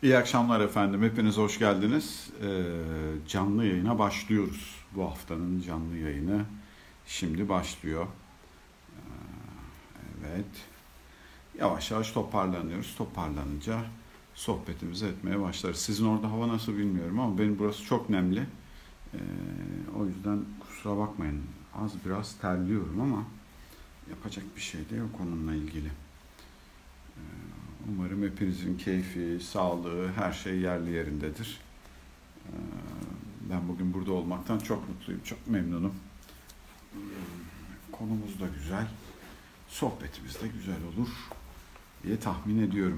İyi akşamlar efendim. Hepiniz hoş geldiniz. Canlı yayına başlıyoruz. Bu haftanın canlı yayını şimdi başlıyor. Evet. Yavaş yavaş toparlanıyoruz. Toparlanınca sohbetimizi etmeye başlarız. Sizin orada hava nasıl bilmiyorum ama benim burası çok nemli. O yüzden kusura bakmayın. Az biraz terliyorum ama yapacak bir şey de yok onunla ilgili. Umarım hepinizin keyfi, sağlığı, her şey yerli yerindedir. Ben bugün burada olmaktan çok mutluyum, çok memnunum. Konumuz da güzel, sohbetimiz de güzel olur diye tahmin ediyorum.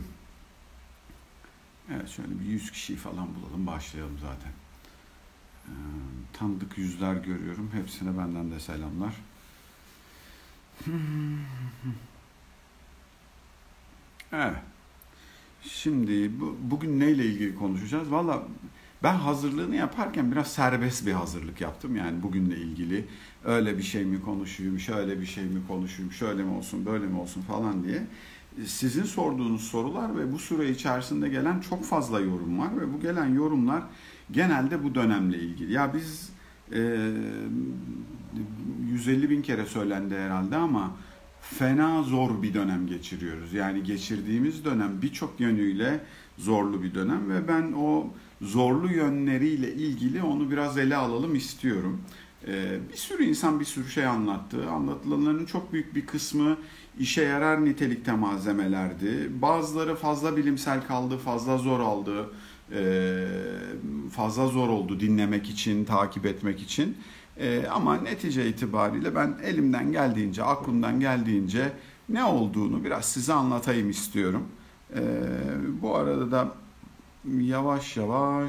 Evet, şöyle bir 100 kişiyi falan bulalım, başlayalım zaten. Tanıdık yüzler görüyorum, hepsine benden de selamlar. Evet. Şimdi bugün neyle ilgili konuşacağız? Valla ben hazırlığını yaparken biraz serbest bir hazırlık yaptım. Yani bugünle ilgili öyle bir şey mi konuşayım, şöyle bir şey mi konuşayım, şöyle mi olsun, böyle mi olsun falan diye. Sizin sorduğunuz sorular ve bu süre içerisinde gelen çok fazla yorum var ve bu gelen yorumlar genelde bu dönemle ilgili. Ya biz 150 bin kere söylendi herhalde ama fena zor bir dönem geçiriyoruz. Yani geçirdiğimiz dönem birçok yönüyle zorlu bir dönem ve ben o zorlu yönleriyle ilgili onu biraz ele alalım istiyorum. Bir sürü insan bir sürü şey anlattı. Anlatılanların çok büyük bir kısmı işe yarar nitelikte malzemelerdi. Bazıları fazla bilimsel kaldı, fazla zor aldı, fazla zor oldu dinlemek için, takip etmek için. Ama netice itibariyle ben elimden geldiğince, aklımdan geldiğince ne olduğunu biraz size anlatayım istiyorum. Bu arada da yavaş yavaş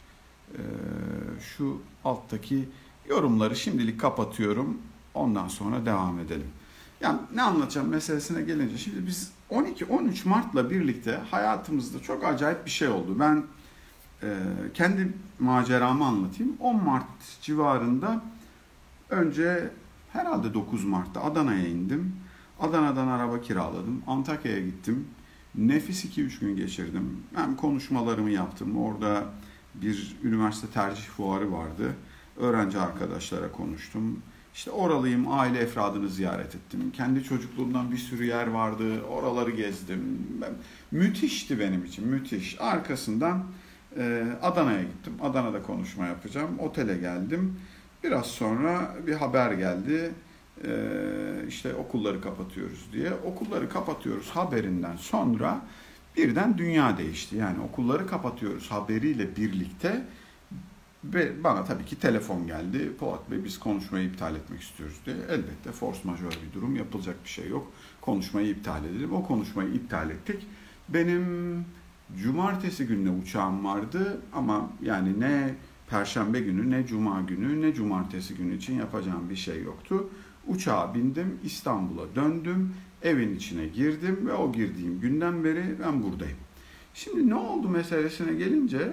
şu alttaki yorumları şimdilik kapatıyorum. Ondan sonra devam edelim. Yani ne anlatacağım meselesine gelince, şimdi biz 12-13 Mart'la birlikte hayatımızda çok acayip bir şey oldu. Ben kendi maceramı anlatayım. 10 Mart civarında önce herhalde 9 Mart'ta Adana'ya indim. Adana'dan araba kiraladım. Antakya'ya gittim. Nefis 2-3 gün geçirdim. Hem konuşmalarımı yaptım. Orada bir üniversite tercih fuarı vardı. Öğrenci arkadaşlara konuştum. İşte oralıyım, aile efradını ziyaret ettim. Kendi çocukluğumdan bir sürü yer vardı. Oraları gezdim. Müthişti benim için, müthiş. Arkasından Adana'ya gittim. Adana'da konuşma yapacağım. Otele geldim. Biraz sonra bir haber geldi. İşte okulları kapatıyoruz diye. Okulları kapatıyoruz haberinden sonra birden dünya değişti. Yani okulları kapatıyoruz haberiyle birlikte ve bana tabii ki telefon geldi. Polat Bey, biz konuşmayı iptal etmek istiyoruz diye. Elbette force majeure bir durum, yapılacak bir şey yok. Konuşmayı iptal edelim. O konuşmayı iptal ettik. Benim cumartesi gününe uçağım vardı ama yani ne perşembe günü, ne cuma günü, ne cumartesi günü için yapacağım bir şey yoktu. Uçağa bindim, İstanbul'a döndüm, evin içine girdim ve o girdiğim günden beri ben buradayım. Şimdi ne oldu meselesine gelince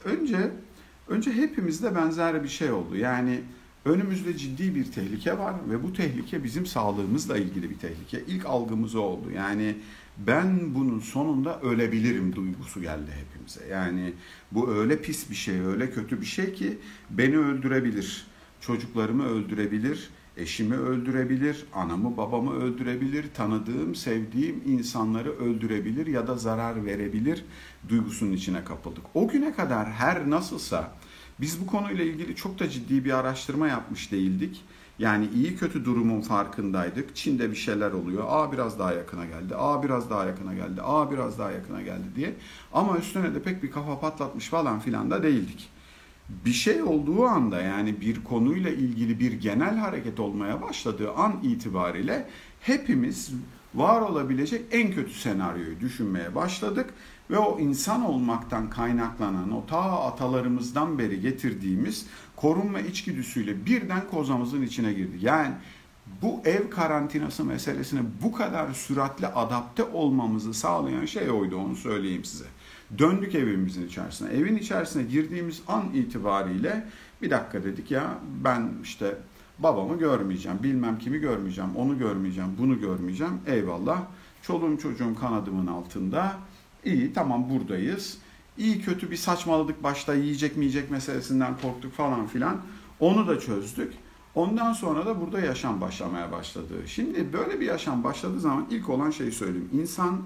önce hepimizde benzer bir şey oldu. Yani önümüzde ciddi bir tehlike var ve bu tehlike bizim sağlığımızla ilgili bir tehlike. İlk algımız o oldu. Yani ben bunun sonunda ölebilirim duygusu geldi hepimize. Yani bu öyle pis bir şey, öyle kötü bir şey ki beni öldürebilir, çocuklarımı öldürebilir, eşimi öldürebilir, anamı babamı öldürebilir, tanıdığım, sevdiğim insanları öldürebilir ya da zarar verebilir duygusunun içine kapıldık. O güne kadar her nasılsa biz bu konuyla ilgili çok da ciddi bir araştırma yapmış değildik. Yani iyi kötü durumun farkındaydık. Çin'de bir şeyler oluyor. Biraz daha yakına geldi. Biraz daha yakına geldi. Biraz daha yakına geldi diye. Ama üstüne de pek bir kafa patlatmış falan filan da değildik. Bir şey olduğu anda, yani bir konuyla ilgili bir genel hareket olmaya başladığı an itibariyle hepimiz var olabilecek en kötü senaryoyu düşünmeye başladık ve o insan olmaktan kaynaklanan, o ta atalarımızdan beri getirdiğimiz korunma içgüdüsüyle birden kozamızın içine girdi. Yani bu ev karantinası meselesine bu kadar süratle adapte olmamızı sağlayan şey oydu, onu söyleyeyim size. Döndük evimizin içerisine. Evin içerisine girdiğimiz an itibariyle bir dakika dedik, ya ben işte babamı görmeyeceğim, bilmem kimi görmeyeceğim, onu görmeyeceğim, bunu görmeyeceğim. Eyvallah. Çoluğum çocuğum kanadımın altında. İyi, tamam, buradayız. İyi kötü bir saçmaladık başta, yiyecek mi yiyecek meselesinden korktuk falan filan. Onu da çözdük. Ondan sonra da burada yaşam başlamaya başladı. Şimdi böyle bir yaşam başladığı zaman ilk olan şeyi söyleyeyim. İnsan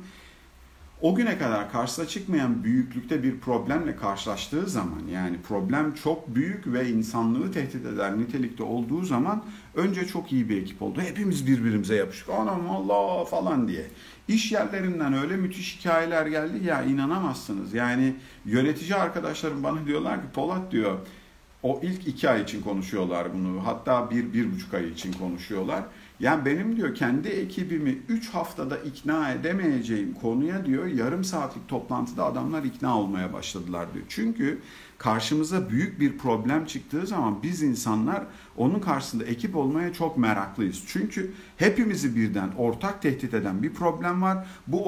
o güne kadar karşısına çıkmayan büyüklükte bir problemle karşılaştığı zaman, yani problem çok büyük ve insanlığı tehdit eder nitelikte olduğu zaman önce çok iyi bir ekip oldu. Hepimiz birbirimize yapıştık. Anam Allah falan diye. İş yerlerinden öyle müthiş hikayeler geldi ya, inanamazsınız. Yani yönetici arkadaşlarım bana diyorlar ki Polat diyor, o ilk 2 ay için konuşuyorlar bunu. Hatta 1-1,5 ay için konuşuyorlar. Yani benim diyor kendi ekibimi 3 haftada ikna edemeyeceğim konuya diyor yarım saatlik toplantıda adamlar ikna olmaya başladılar diyor. Çünkü karşımıza büyük bir problem çıktığı zaman biz insanlar onun karşısında ekip olmaya çok meraklıyız. Çünkü hepimizi birden ortak tehdit eden bir problem var. Bu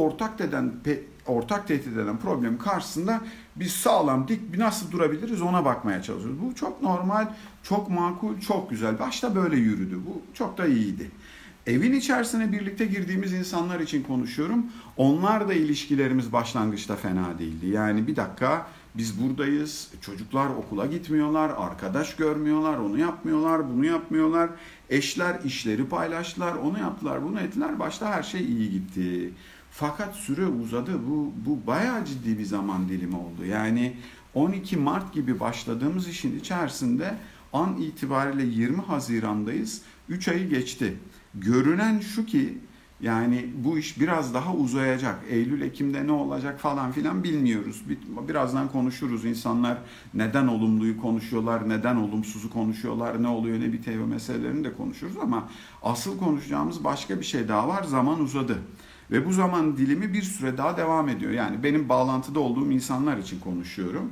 ortak tehdit eden problem karşısında biz sağlam dik nasıl durabiliriz ona bakmaya çalışıyoruz. Bu çok normal, çok makul, çok güzel. Başta böyle yürüdü. Bu çok da iyiydi. Evin içerisine birlikte girdiğimiz insanlar için konuşuyorum. Onlar da ilişkilerimiz başlangıçta fena değildi. Yani bir dakika biz buradayız, çocuklar okula gitmiyorlar, arkadaş görmüyorlar, onu yapmıyorlar, bunu yapmıyorlar. Eşler işleri paylaştılar, onu yaptılar, bunu ettiler. Başta her şey iyi gitti. Fakat süre uzadı. Bu bayağı ciddi bir zaman dilimi oldu. Yani 12 Mart gibi başladığımız işin içerisinde an itibariyle 20 Haziran'dayız. 3 ayı geçti. Görünen şu ki yani bu iş biraz daha uzayacak. Eylül, Ekim'de ne olacak falan filan bilmiyoruz. Birazdan konuşuruz. İnsanlar neden olumluyu konuşuyorlar, neden olumsuzu konuşuyorlar, ne oluyor ne bitiyor meselelerini de konuşuruz ama asıl konuşacağımız başka bir şey daha var. Zaman uzadı. Ve bu zaman dilimi bir süre daha devam ediyor. Yani benim bağlantıda olduğum insanlar için konuşuyorum.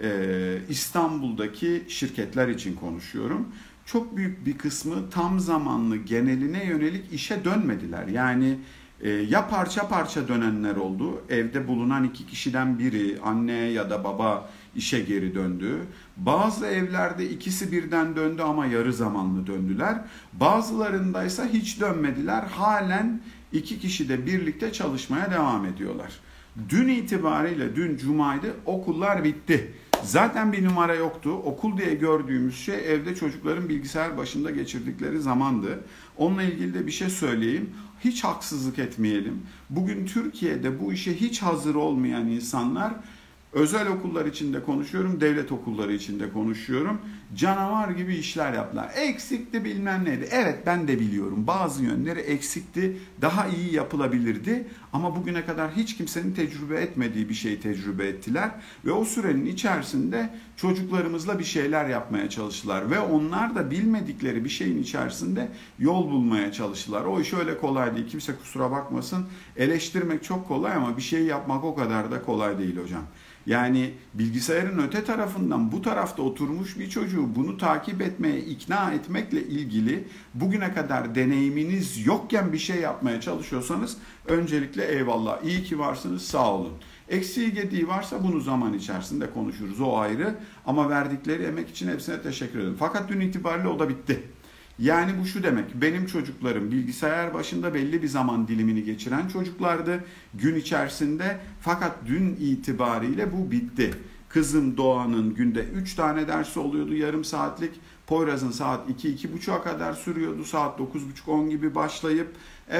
İstanbul'daki şirketler için konuşuyorum. Çok büyük bir kısmı tam zamanlı geneline yönelik işe dönmediler. Yani ya parça parça dönenler oldu. Evde bulunan 2 kişiden biri, anne ya da baba işe geri döndü. Bazı evlerde ikisi birden döndü ama yarı zamanlı döndüler. Bazılarındaysa hiç dönmediler. Halen 2 kişi de birlikte çalışmaya devam ediyorlar. Dün itibariyle, dün Cuma'ydı, okullar bitti. Zaten bir numara yoktu. Okul diye gördüğümüz şey evde çocukların bilgisayar başında geçirdikleri zamandı. Onunla ilgili de bir şey söyleyeyim. Hiç haksızlık etmeyelim. Bugün Türkiye'de bu işe hiç hazır olmayan insanlar, özel okullar içinde konuşuyorum, devlet okulları içinde konuşuyorum. Canavar gibi işler yaptılar. Eksikti bilmem neydi. Evet ben de biliyorum. Bazı yönleri eksikti. Daha iyi yapılabilirdi. Ama bugüne kadar hiç kimsenin tecrübe etmediği bir şeyi tecrübe ettiler. Ve o sürenin içerisinde çocuklarımızla bir şeyler yapmaya çalıştılar. Ve onlar da bilmedikleri bir şeyin içerisinde yol bulmaya çalıştılar. O iş öyle kolay değil. Kimse kusura bakmasın. Eleştirmek çok kolay ama bir şey yapmak o kadar da kolay değil hocam. Yani bilgisayarın öte tarafından bu tarafta oturmuş bir çocuğu bunu takip etmeye ikna etmekle ilgili bugüne kadar deneyiminiz yokken bir şey yapmaya çalışıyorsanız öncelikle eyvallah, iyi ki varsınız, sağ olun. Eksiği gediği varsa bunu zaman içerisinde konuşuruz, o ayrı, ama verdikleri emek için hepsine teşekkür ederim. Fakat dün itibariyle o da bitti. Yani bu şu demek, benim çocuklarım bilgisayar başında belli bir zaman dilimini geçiren çocuklardı gün içerisinde, fakat dün itibariyle bu bitti. Kızım Doğan'ın günde 3 tane dersi oluyordu yarım saatlik, Poyraz'ın saat 2-2.30'a kadar sürüyordu, saat 9.30-10 gibi başlayıp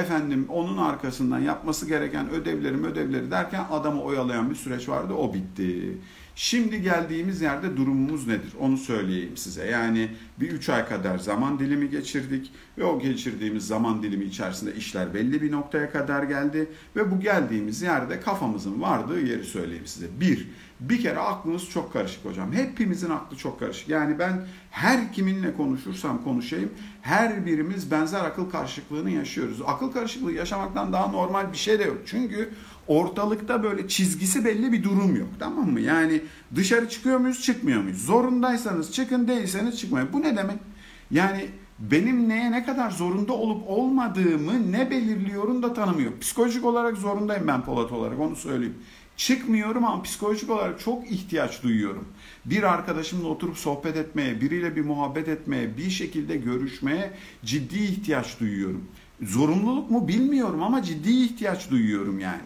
onun arkasından yapması gereken ödevleri derken adamı oyalayan bir süreç vardı, o bitti. Şimdi geldiğimiz yerde durumumuz nedir? Onu söyleyeyim size. Yani bir 3 ay kadar zaman dilimi geçirdik ve o geçirdiğimiz zaman dilimi içerisinde işler belli bir noktaya kadar geldi ve bu geldiğimiz yerde kafamızın vardığı yeri söyleyeyim size. Bir kere aklımız çok karışık hocam. Hepimizin aklı çok karışık. Yani ben her kiminle konuşursam konuşayım, her birimiz benzer akıl karışıklığını yaşıyoruz. Akıl karışıklığı yaşamaktan daha normal bir şey de yok. Çünkü ortalıkta böyle çizgisi belli bir durum yok, tamam mı? Yani dışarı çıkıyor muyuz, çıkmıyor muyuz? Zorundaysanız çıkın, değilseniz çıkmayın. Bu ne demek? Yani benim neye ne kadar zorunda olup olmadığımı ne belirliyorum da tanımıyor. Psikolojik olarak zorundayım ben Polat olarak, onu söyleyeyim. Çıkmıyorum ama psikolojik olarak çok ihtiyaç duyuyorum. Bir arkadaşımla oturup sohbet etmeye, biriyle bir muhabbet etmeye, bir şekilde görüşmeye ciddi ihtiyaç duyuyorum. Zorunluluk mu bilmiyorum ama ciddi ihtiyaç duyuyorum yani.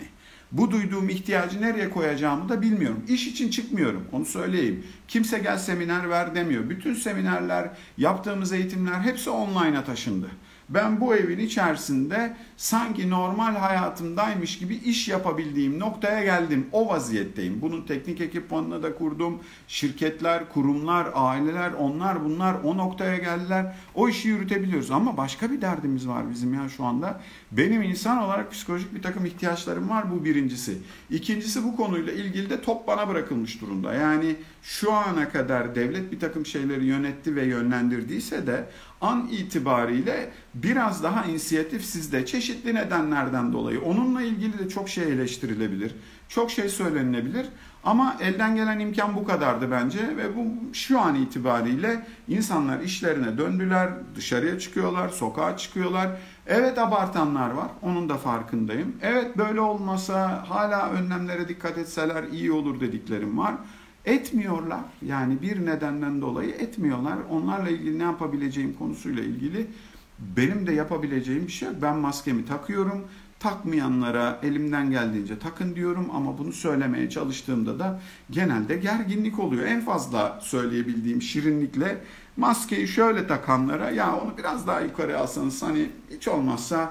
Bu duyduğum ihtiyacı nereye koyacağımı da bilmiyorum. İş için çıkmıyorum, onu söyleyeyim. Kimse gel seminer ver demiyor. Bütün seminerler, yaptığımız eğitimler hepsi online'a taşındı. Ben bu evin içerisinde sanki normal hayatımdaymış gibi iş yapabildiğim noktaya geldim. O vaziyetteyim. Bunun teknik ekipmanını da kurdum. Şirketler, kurumlar, aileler, onlar bunlar o noktaya geldiler. O işi yürütebiliyoruz. Ama başka bir derdimiz var bizim ya şu anda. Benim insan olarak psikolojik bir takım ihtiyaçlarım var. Bu birincisi. İkincisi, bu konuyla ilgili de top bana bırakılmış durumda. Yani şu ana kadar devlet bir takım şeyleri yönetti ve yönlendirdiyse de an itibariyle biraz daha inisiyatif sizde, çeşitli nedenlerden dolayı. Onunla ilgili de çok şey eleştirilebilir, çok şey söylenilebilir. Ama elden gelen imkan bu kadardı bence ve bu şu an itibariyle insanlar işlerine döndüler, dışarıya çıkıyorlar, sokağa çıkıyorlar. Evet, abartanlar var, onun da farkındayım. Evet, böyle olmasa, hala önlemlere dikkat etseler iyi olur dediklerim var. Etmiyorlar. Yani bir nedenden dolayı etmiyorlar. Onlarla ilgili ne yapabileceğim konusuyla ilgili benim de yapabileceğim bir şey yok. Ben maskemi takıyorum. Takmayanlara elimden geldiğince takın diyorum ama bunu söylemeye çalıştığımda da genelde gerginlik oluyor. En fazla söyleyebildiğim şirinlikle maskeyi şöyle takanlara, ya onu biraz daha yukarı alsanız, hani hiç olmazsa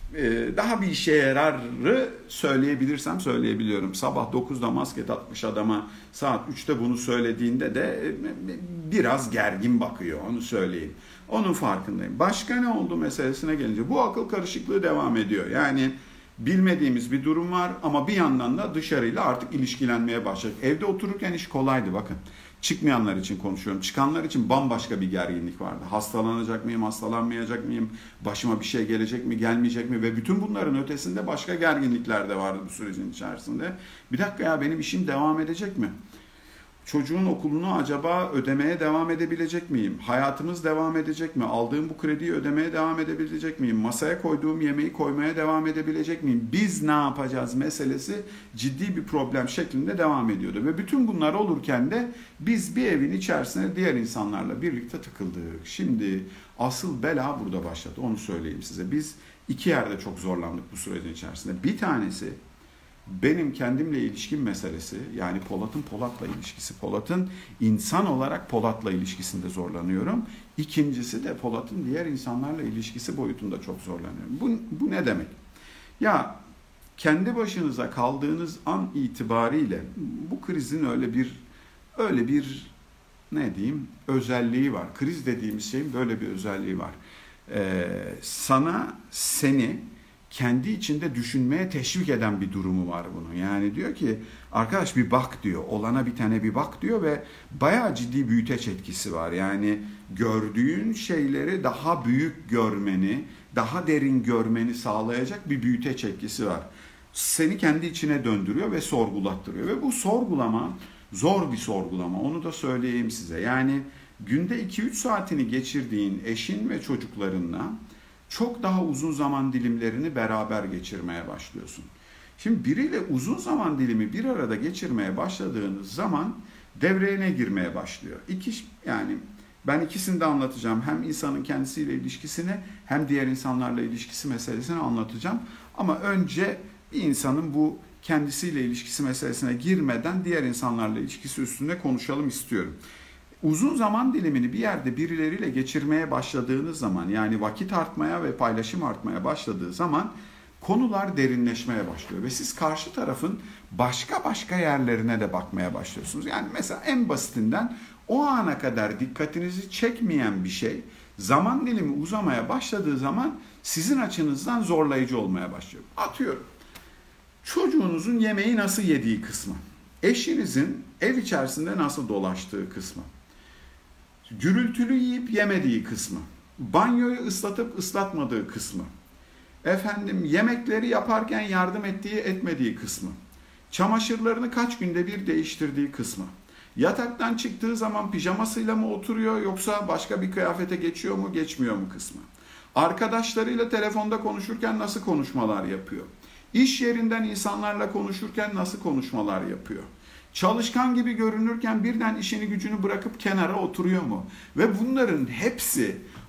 daha bir işe yararı söyleyebilirsem söyleyebiliyorum. Sabah 9'da maske takmış adama saat 3'te bunu söylediğinde de biraz gergin bakıyor, onu söyleyeyim. Onun farkındayım. Başka ne oldu meselesine gelince, bu akıl karışıklığı devam ediyor. Yani bilmediğimiz bir durum var ama bir yandan da dışarıyla artık ilişkilenmeye başladık. Evde otururken iş kolaydı, bakın. Çıkmayanlar için konuşuyorum. Çıkanlar için bambaşka bir gerginlik vardı. Hastalanacak mıyım, hastalanmayacak mıyım? Başıma bir şey gelecek mi, gelmeyecek mi? Ve bütün bunların ötesinde başka gerginlikler de vardı bu sürecin içerisinde. Bir dakika ya, benim işim devam edecek mi? Çocuğun okulunu acaba ödemeye devam edebilecek miyim? Hayatımız devam edecek mi? Aldığım bu krediyi ödemeye devam edebilecek miyim? Masaya koyduğum yemeği koymaya devam edebilecek miyim? Biz ne yapacağız meselesi ciddi bir problem şeklinde devam ediyordu. Ve bütün bunlar olurken de biz bir evin içerisine diğer insanlarla birlikte tıkıldık. Şimdi asıl bela burada başladı. Onu söyleyeyim size. Biz iki yerde çok zorlandık bu sürecin içerisinde. Bir tanesi benim kendimle ilişkim meselesi, yani Polat'la ilişkisi, Polat'ın insan olarak Polat'la ilişkisinde zorlanıyorum. İkincisi de Polat'ın diğer insanlarla ilişkisi boyutunda çok zorlanıyorum. Bu ne demek? Ya kendi başınıza kaldığınız an itibariyle bu krizin öyle bir ne diyeyim özelliği var. Kriz dediğimiz şeyin böyle bir özelliği var. Seni kendi içinde düşünmeye teşvik eden bir durumu var bunun. Yani diyor ki arkadaş bir bak diyor. Olana bitene bir bak diyor ve bayağı ciddi büyüteç etkisi var. Yani gördüğün şeyleri daha büyük görmeni, daha derin görmeni sağlayacak bir büyüteç etkisi var. Seni kendi içine döndürüyor ve sorgulattırıyor. Ve bu sorgulama zor bir sorgulama. Onu da söyleyeyim size. Yani günde 2-3 saatini geçirdiğin eşin ve çocuklarınla çok daha uzun zaman dilimlerini beraber geçirmeye başlıyorsun. Şimdi biriyle uzun zaman dilimi bir arada geçirmeye başladığınız zaman devreye ne girmeye başlıyor? Yani ben ikisini de anlatacağım. Hem insanın kendisiyle ilişkisini hem diğer insanlarla ilişkisi meselesini anlatacağım. Ama önce bir insanın bu kendisiyle ilişkisi meselesine girmeden diğer insanlarla ilişkisi üstünde konuşalım istiyorum. Uzun zaman dilimini bir yerde birileriyle geçirmeye başladığınız zaman, yani vakit artmaya ve paylaşım artmaya başladığı zaman konular derinleşmeye başlıyor ve siz karşı tarafın başka yerlerine de bakmaya başlıyorsunuz. Yani mesela en basitinden o ana kadar dikkatinizi çekmeyen bir şey zaman dilimi uzamaya başladığı zaman sizin açınızdan zorlayıcı olmaya başlıyor. Atıyorum, çocuğunuzun yemeği nasıl yediği kısmı, eşinizin ev içerisinde nasıl dolaştığı kısmı, gürültülü yiyip yemediği kısmı, banyoyu ıslatıp ıslatmadığı kısmı, yemekleri yaparken yardım ettiği etmediği kısmı, çamaşırlarını kaç günde bir değiştirdiği kısmı, yataktan çıktığı zaman pijamasıyla mı oturuyor yoksa başka bir kıyafete geçiyor mu geçmiyor mu kısmı, arkadaşlarıyla telefonda konuşurken nasıl konuşmalar yapıyor, iş yerinden insanlarla konuşurken nasıl konuşmalar yapıyor, çalışkan gibi görünürken birden işini gücünü bırakıp kenara oturuyor mu? Ve bunların hepsi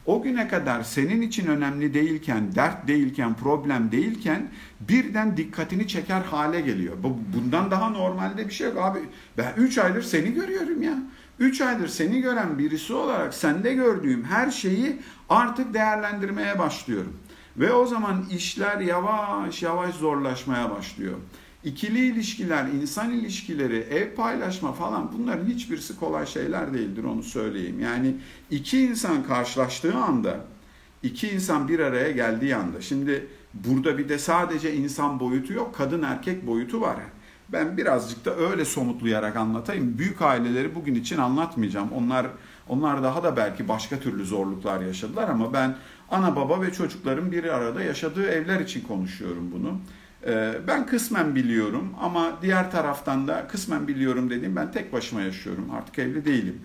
o güne kadar senin için önemli değilken, dert değilken, problem değilken birden dikkatini çeker hale geliyor. Bundan daha normalde bir şey yok abi. Ben 3 aydır seni görüyorum ya. 3 aydır seni gören birisi olarak sende gördüğüm her şeyi artık değerlendirmeye başlıyorum. Ve o zaman işler yavaş yavaş zorlaşmaya başlıyor. İkili ilişkiler, insan ilişkileri, ev paylaşma falan, bunların hiçbirisi kolay şeyler değildir, onu söyleyeyim. Yani iki insan karşılaştığı anda, iki insan bir araya geldiği anda, şimdi burada bir de sadece insan boyutu yok, kadın erkek boyutu var. Ben birazcık da öyle somutlayarak anlatayım. Büyük aileleri bugün için anlatmayacağım. Onlar daha da belki başka türlü zorluklar yaşadılar ama ben ana baba ve çocukların bir arada yaşadığı evler için konuşuyorum bunu. Ben kısmen biliyorum ama diğer taraftan da kısmen biliyorum dediğim, ben tek başıma yaşıyorum. Artık evli değilim.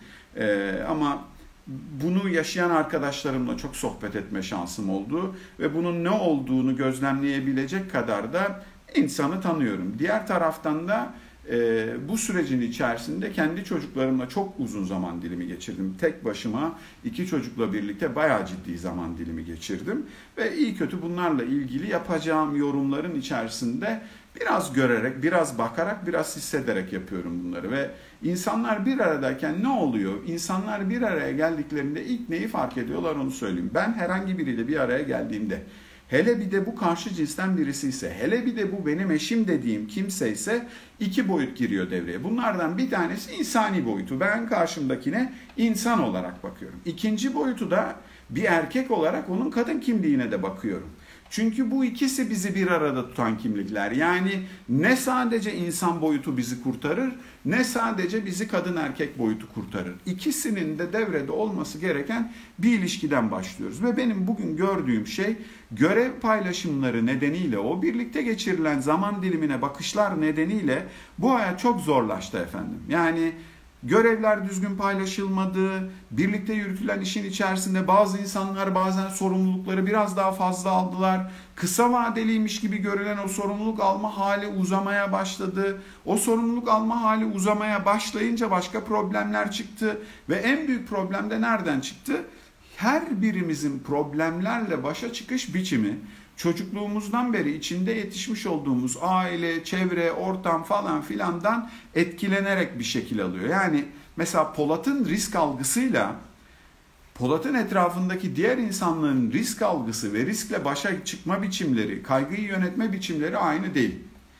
Ama bunu yaşayan arkadaşlarımla çok sohbet etme şansım oldu ve bunun ne olduğunu gözlemleyebilecek kadar da insanı tanıyorum. Diğer taraftan da bu sürecin içerisinde kendi çocuklarımla çok uzun zaman dilimi geçirdim. Tek başıma 2 çocukla birlikte bayağı ciddi zaman dilimi geçirdim. Ve iyi kötü bunlarla ilgili yapacağım yorumların içerisinde biraz görerek, biraz bakarak, biraz hissederek yapıyorum bunları. Ve insanlar bir aradayken ne oluyor? İnsanlar bir araya geldiklerinde ilk neyi fark ediyorlar onu söyleyeyim. Ben herhangi biriyle bir araya geldiğimde, hele bir de bu karşı cinsten birisi ise, hele bir de bu benim eşim dediğim kimse ise 2 boyut giriyor devreye. Bunlardan bir tanesi insani boyutu. Ben karşımdakine insan olarak bakıyorum. İkinci boyutu da bir erkek olarak onun kadın kimliğine de bakıyorum. Çünkü bu ikisi bizi bir arada tutan kimlikler. Yani ne sadece insan boyutu bizi kurtarır, ne sadece bizi kadın erkek boyutu kurtarır. İkisinin de devrede olması gereken bir ilişkiden başlıyoruz. Ve benim bugün gördüğüm şey, görev paylaşımları nedeniyle, o birlikte geçirilen zaman dilimine bakışlar nedeniyle bu hayat çok zorlaştı efendim. Yani görevler düzgün paylaşılmadı, birlikte yürütülen işin içerisinde bazı insanlar bazen sorumlulukları biraz daha fazla aldılar. Kısa vadeliymiş gibi görülen o sorumluluk alma hali uzamaya başladı. O sorumluluk alma hali uzamaya başlayınca başka problemler çıktı. Ve en büyük problem de nereden çıktı? Her birimizin problemlerle başa çıkış biçimi, çocukluğumuzdan beri içinde yetişmiş olduğumuz aile, çevre, ortam falan filandan etkilenerek bir şekil alıyor. Yani mesela Polat'ın risk algısıyla Polat'ın etrafındaki diğer insanların risk algısı ve riskle başa çıkma biçimleri, kaygıyı yönetme biçimleri aynı değil.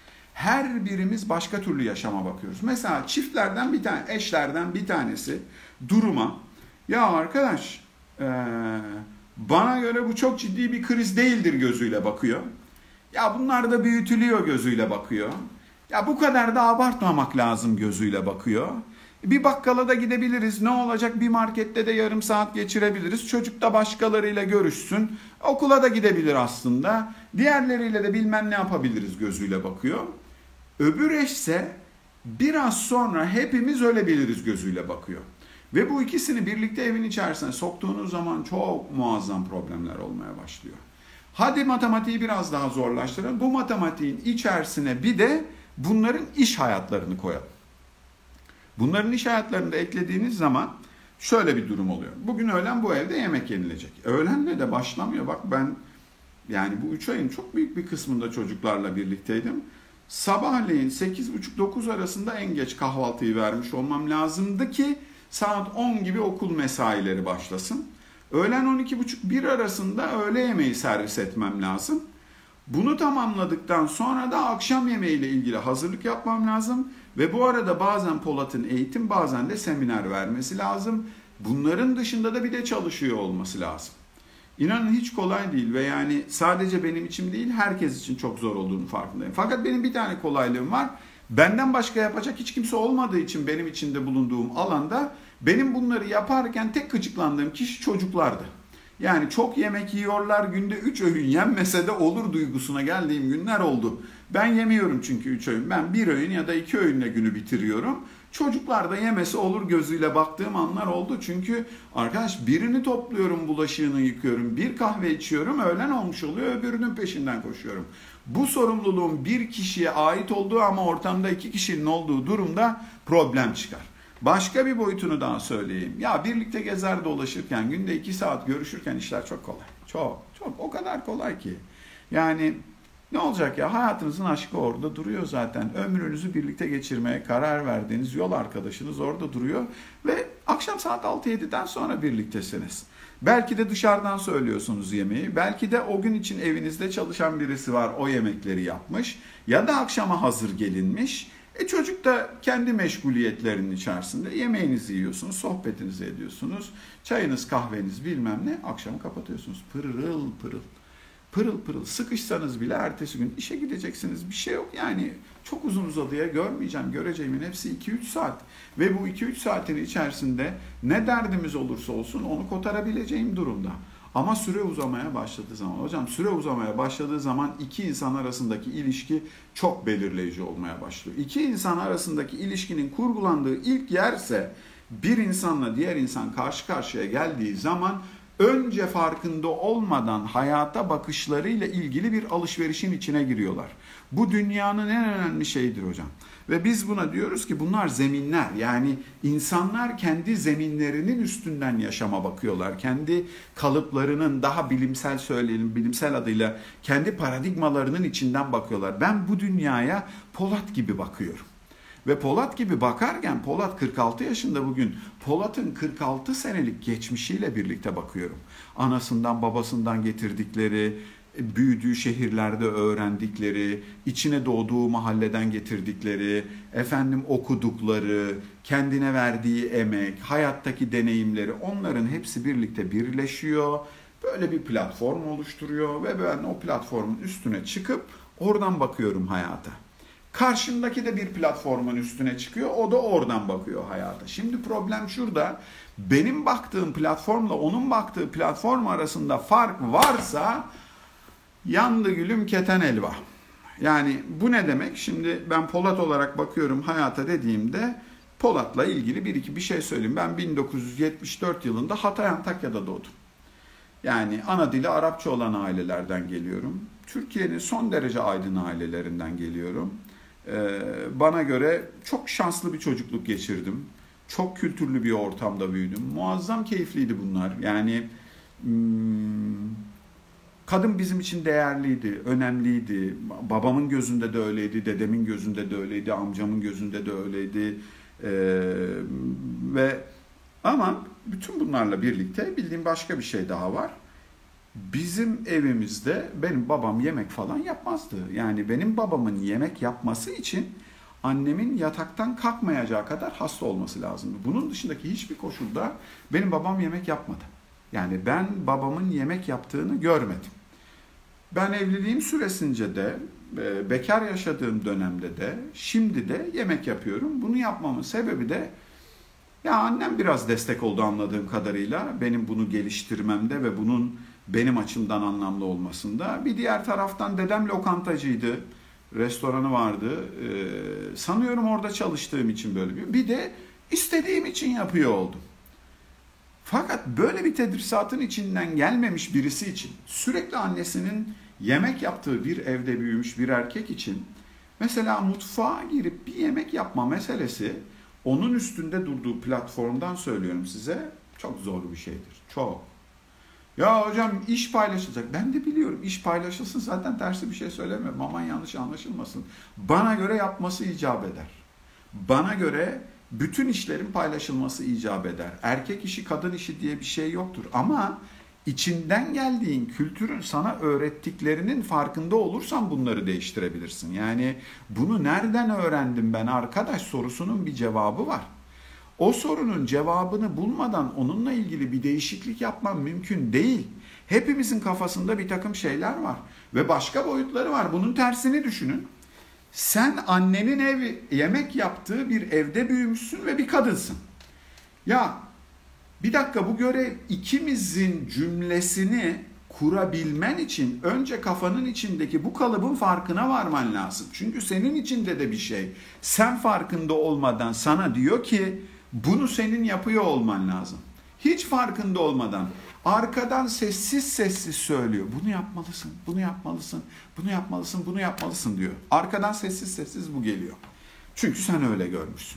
Her birimiz başka türlü yaşama bakıyoruz. Mesela çiftlerden bir tane, eşlerden bir tanesi duruma, ya arkadaş bana göre bu çok ciddi bir kriz değildir gözüyle bakıyor. Ya bunlar da büyütülüyor gözüyle bakıyor. Ya bu kadar da abartmamak lazım gözüyle bakıyor. Bir bakkala da gidebiliriz. Ne olacak? Bir markette de yarım saat geçirebiliriz. Çocuk da başkalarıyla görüşsün. Okula da gidebilir aslında. Diğerleriyle de bilmem ne yapabiliriz gözüyle bakıyor. Öbür eşse biraz sonra hepimiz ölebiliriz gözüyle bakıyor. Ve bu ikisini birlikte evin içerisine soktuğunuz zaman çok muazzam problemler olmaya başlıyor. Hadi matematiği biraz daha zorlaştırın. Bu matematiğin içerisine bir de bunların iş hayatlarını koyalım. Bunların iş hayatlarını da eklediğiniz zaman şöyle bir durum oluyor. Bugün öğlen bu evde yemek yenilecek. Öğlenle de başlamıyor. Bak ben yani bu 3 ayın çok büyük bir kısmında çocuklarla birlikteydim. Sabahleyin 8.30-9 arasında en geç kahvaltıyı vermiş olmam lazımdı ki saat 10 gibi okul mesaileri başlasın. Öğlen 12.30-1 arasında öğle yemeği servis etmem lazım. Bunu tamamladıktan sonra da akşam yemeğiyle ilgili hazırlık yapmam lazım. Ve bu arada bazen Polat'ın eğitim, bazen de seminer vermesi lazım. Bunların dışında da bir de çalışıyor olması lazım. İnanın hiç kolay değil ve yani sadece benim için değil, herkes için çok zor olduğunu farkındayım. Fakat benim bir tane kolaylığım var. Benden başka yapacak hiç kimse olmadığı için benim içinde bulunduğum alanda benim bunları yaparken tek gıcıklandığım kişi çocuklardı. Yani çok yemek yiyorlar, günde 3 öğün yenmese de olur duygusuna geldiğim günler oldu. Ben yemiyorum çünkü 3 öğün. Ben 1 öğün ya da 2 öğünle günü bitiriyorum. Çocuklar da yemesi olur gözüyle baktığım anlar oldu. Çünkü arkadaş birini topluyorum, bulaşığını yıkıyorum, bir kahve içiyorum, öğlen olmuş oluyor, öbürünün peşinden koşuyorum. Bu sorumluluğun bir kişiye ait olduğu ama ortamda 2 kişinin olduğu durumda problem çıkar. Başka bir boyutunu daha söyleyeyim. Ya birlikte gezer dolaşırken, günde 2 saat görüşürken işler çok kolay. Çok, çok o kadar kolay ki. Yani ne olacak ya? Hayatınızın aşkı orada duruyor zaten. Ömrünüzü birlikte geçirmeye karar verdiğiniz yol arkadaşınız orada duruyor. Ve akşam saat 6-7'den sonra birliktesiniz. Belki de dışarıdan söylüyorsunuz yemeği. Belki de o gün için evinizde çalışan birisi var, o yemekleri yapmış. Ya da akşama hazır gelinmiş. Çocuk da kendi meşguliyetlerinin içerisinde yemeğinizi yiyorsunuz, sohbetinizi ediyorsunuz. Çayınız, kahveniz bilmem ne, akşamı kapatıyorsunuz. Pırıl pırıl. Pırıl pırıl. Sıkışsanız bile ertesi gün işe gideceksiniz. Bir şey yok yani. Çok uzun uzadıya görmeyeceğim. Göreceğimin hepsi 2-3 saat. Ve bu 2-3 saatin içerisinde ne derdimiz olursa olsun onu kotarabileceğim durumda. Ama süre uzamaya başladığı zaman, hocam süre uzamaya başladığı zaman iki insan arasındaki ilişki çok belirleyici olmaya başlıyor. İki insan arasındaki ilişkinin kurgulandığı ilk yerse bir insanla diğer insan karşı karşıya geldiği zaman önce farkında olmadan hayata bakışlarıyla ilgili bir alışverişin içine giriyorlar. Bu dünyanın en önemli şeyidir hocam. Ve biz buna diyoruz ki bunlar zeminler. Yani insanlar kendi zeminlerinin üstünden yaşama bakıyorlar. Kendi kalıplarının, daha bilimsel söyleyelim, bilimsel adıyla kendi paradigmalarının içinden bakıyorlar. Ben bu dünyaya Polat gibi bakıyorum. Ve Polat gibi bakarken, Polat 46 yaşında bugün, Polat'ın 46 senelik geçmişiyle birlikte bakıyorum. Anasından babasından getirdikleri, büyüdüğü şehirlerde öğrendikleri, içine doğduğu mahalleden getirdikleri, okudukları, kendine verdiği emek, hayattaki deneyimleri, onların hepsi birlikte birleşiyor. Böyle bir platform oluşturuyor ve ben o platformun üstüne çıkıp oradan bakıyorum hayata. Karşındaki de bir platformun üstüne çıkıyor, o da oradan bakıyor hayata. Şimdi problem şurada, benim baktığım platformla onun baktığı platform arasında fark varsa yandı gülüm keten elva. Yani bu ne demek? Şimdi ben Polat olarak bakıyorum hayata dediğimde Polat'la ilgili bir şey söyleyeyim. Ben 1974 yılında Hatay Antakya'da doğdum. Yani ana dili Arapça olan ailelerden geliyorum. Türkiye'nin son derece aydın ailelerinden geliyorum. Bana göre çok şanslı bir çocukluk geçirdim. Çok kültürlü bir ortamda büyüdüm. Muazzam keyifliydi bunlar. Yani kadın bizim için değerliydi, önemliydi. Babamın gözünde de öyleydi, dedemin gözünde de öyleydi, amcamın gözünde de öyleydi. Ama bütün bunlarla birlikte bildiğim başka bir şey daha var. Bizim evimizde benim babam yemek falan yapmazdı. Yani benim babamın yemek yapması için annemin yataktan kalkmayacağı kadar hasta olması lazımdı. Bunun dışındaki hiçbir koşulda benim babam yemek yapmadı. Yani ben babamın yemek yaptığını görmedim. Ben evliliğim süresince de, bekar yaşadığım dönemde de, şimdi de yemek yapıyorum. Bunu yapmamın sebebi de ya annem biraz destek oldu anladığım kadarıyla benim bunu geliştirmemde ve bunun benim açımdan anlamlı olmasında. Bir diğer taraftan dedem lokantacıydı. Restoranı vardı. Sanıyorum orada çalıştığım için böyle bir de istediğim için yapıyor oldum. Fakat böyle bir tedrisatın içinden gelmemiş birisi için, sürekli annesinin yemek yaptığı bir evde büyümüş bir erkek için, mesela mutfağa girip bir yemek yapma meselesi, onun üstünde durduğu platformdan söylüyorum size, çok zor bir şeydir. Çok. Ya hocam iş paylaşılacak. Ben de biliyorum iş paylaşılsın, zaten tersi bir şey söylemiyorum. Aman yanlış anlaşılmasın. Bana göre yapması icap eder. Bana göre bütün işlerin paylaşılması icap eder. Erkek işi, kadın işi diye bir şey yoktur. Ama içinden geldiğin kültürün sana öğrettiklerinin farkında olursan bunları değiştirebilirsin. Yani bunu nereden öğrendim ben arkadaş sorusunun bir cevabı var. O sorunun cevabını bulmadan onunla ilgili bir değişiklik yapman mümkün değil. Hepimizin kafasında bir takım şeyler var ve başka boyutları var. Bunun tersini düşünün. Sen annenin yemek yaptığı bir evde büyümüşsün ve bir kadınsın. Ya bir dakika, bu görev ikimizin cümlesini kurabilmen için önce kafanın içindeki bu kalıbın farkına varman lazım. Çünkü senin içinde de bir şey sen farkında olmadan sana diyor ki bunu senin yapıyor olman lazım. Hiç farkında olmadan arkadan sessiz sessiz söylüyor. Bunu yapmalısın, bunu yapmalısın, bunu yapmalısın, bunu yapmalısın diyor. Arkadan sessiz sessiz bu geliyor. Çünkü sen öyle görmüşsün.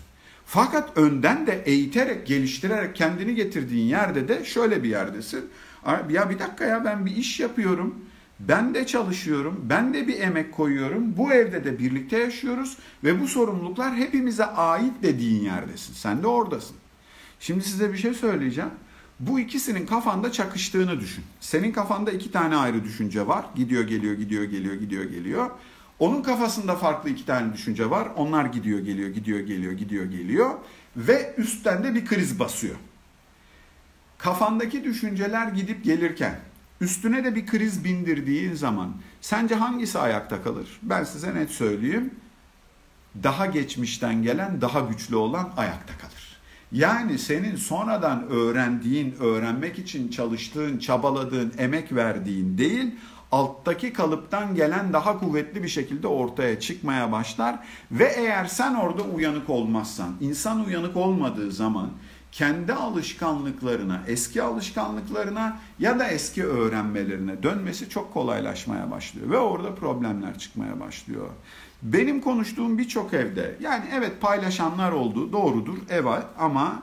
Fakat önden de eğiterek, geliştirerek kendini getirdiğin yerde de şöyle bir yerdesin. Ya bir dakika ya, ben bir iş yapıyorum. Ben de çalışıyorum. Ben de bir emek koyuyorum. Bu evde de birlikte yaşıyoruz. Ve bu sorumluluklar hepimize ait dediğin yerdesin. Sen de oradasın. Şimdi size bir şey söyleyeceğim. Bu ikisinin kafanda çakıştığını düşün. Senin kafanda iki tane ayrı düşünce var. Gidiyor, geliyor, gidiyor, geliyor, gidiyor, geliyor. Onun kafasında farklı iki tane düşünce var. Onlar gidiyor, geliyor, gidiyor, geliyor, gidiyor, geliyor. Ve üstten de bir kriz basıyor. Kafandaki düşünceler gidip gelirken, üstüne de bir kriz bindirdiğin zaman sence hangisi ayakta kalır? Ben size net söyleyeyim. Daha geçmişten gelen, daha güçlü olan ayakta kalır. Yani senin sonradan öğrendiğin, öğrenmek için çalıştığın, çabaladığın, emek verdiğin değil, alttaki kalıptan gelen daha kuvvetli bir şekilde ortaya çıkmaya başlar. Ve eğer sen orada uyanık olmazsan, insan uyanık olmadığı zaman kendi alışkanlıklarına, eski alışkanlıklarına ya da eski öğrenmelerine dönmesi çok kolaylaşmaya başlıyor. Ve orada problemler çıkmaya başlıyor. Benim konuştuğum birçok evde, yani evet paylaşanlar oldu, doğrudur, evet, ama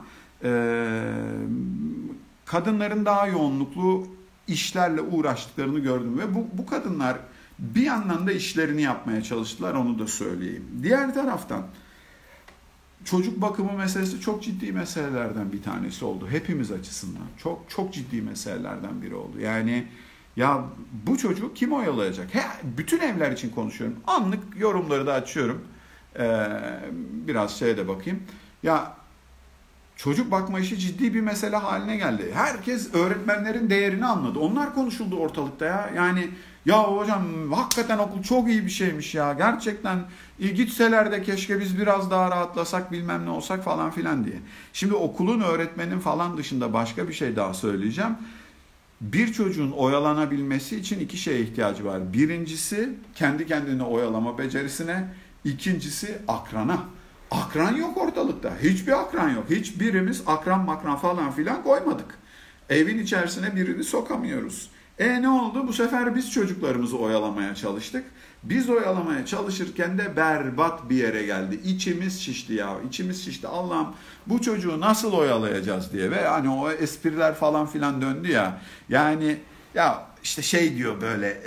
kadınların daha yoğunluklu işlerle uğraştıklarını gördüm. Ve bu kadınlar bir yandan da işlerini yapmaya çalıştılar, onu da söyleyeyim. Diğer taraftan çocuk bakımı meselesi çok ciddi meselelerden bir tanesi oldu. Hepimiz açısından. Çok çok ciddi meselelerden biri oldu. Yani ya bu çocuğu kim oyalayacak? Bütün evler için konuşuyorum. Anlık yorumları da açıyorum. Biraz şeye de bakayım. Ya çocuk bakma işi ciddi bir mesele haline geldi. Herkes öğretmenlerin değerini anladı. Onlar konuşuldu ortalıkta ya. Yani ya hocam hakikaten okul çok iyi bir şeymiş ya. Gerçekten gitseler de keşke biz biraz daha rahatlasak, bilmem ne olsak falan filan diye. Şimdi okulun, öğretmenin falan dışında başka bir şey daha söyleyeceğim. Bir çocuğun oyalanabilmesi için iki şeye ihtiyacı var. Birincisi kendi kendine oyalama becerisine. İkincisi akrana. Akran yok ortalıkta. Hiçbir akran yok. Hiçbirimiz akran makran falan filan koymadık. Evin içerisine birini sokamıyoruz. Ne oldu? Bu sefer biz çocuklarımızı oyalamaya çalıştık. Biz oyalamaya çalışırken de berbat bir yere geldi. İçimiz şişti ya. İçimiz şişti. Allah'ım bu çocuğu nasıl oyalayacağız diye. Ve hani o espriler falan filan döndü ya. Yani ya işte şey diyor böyle...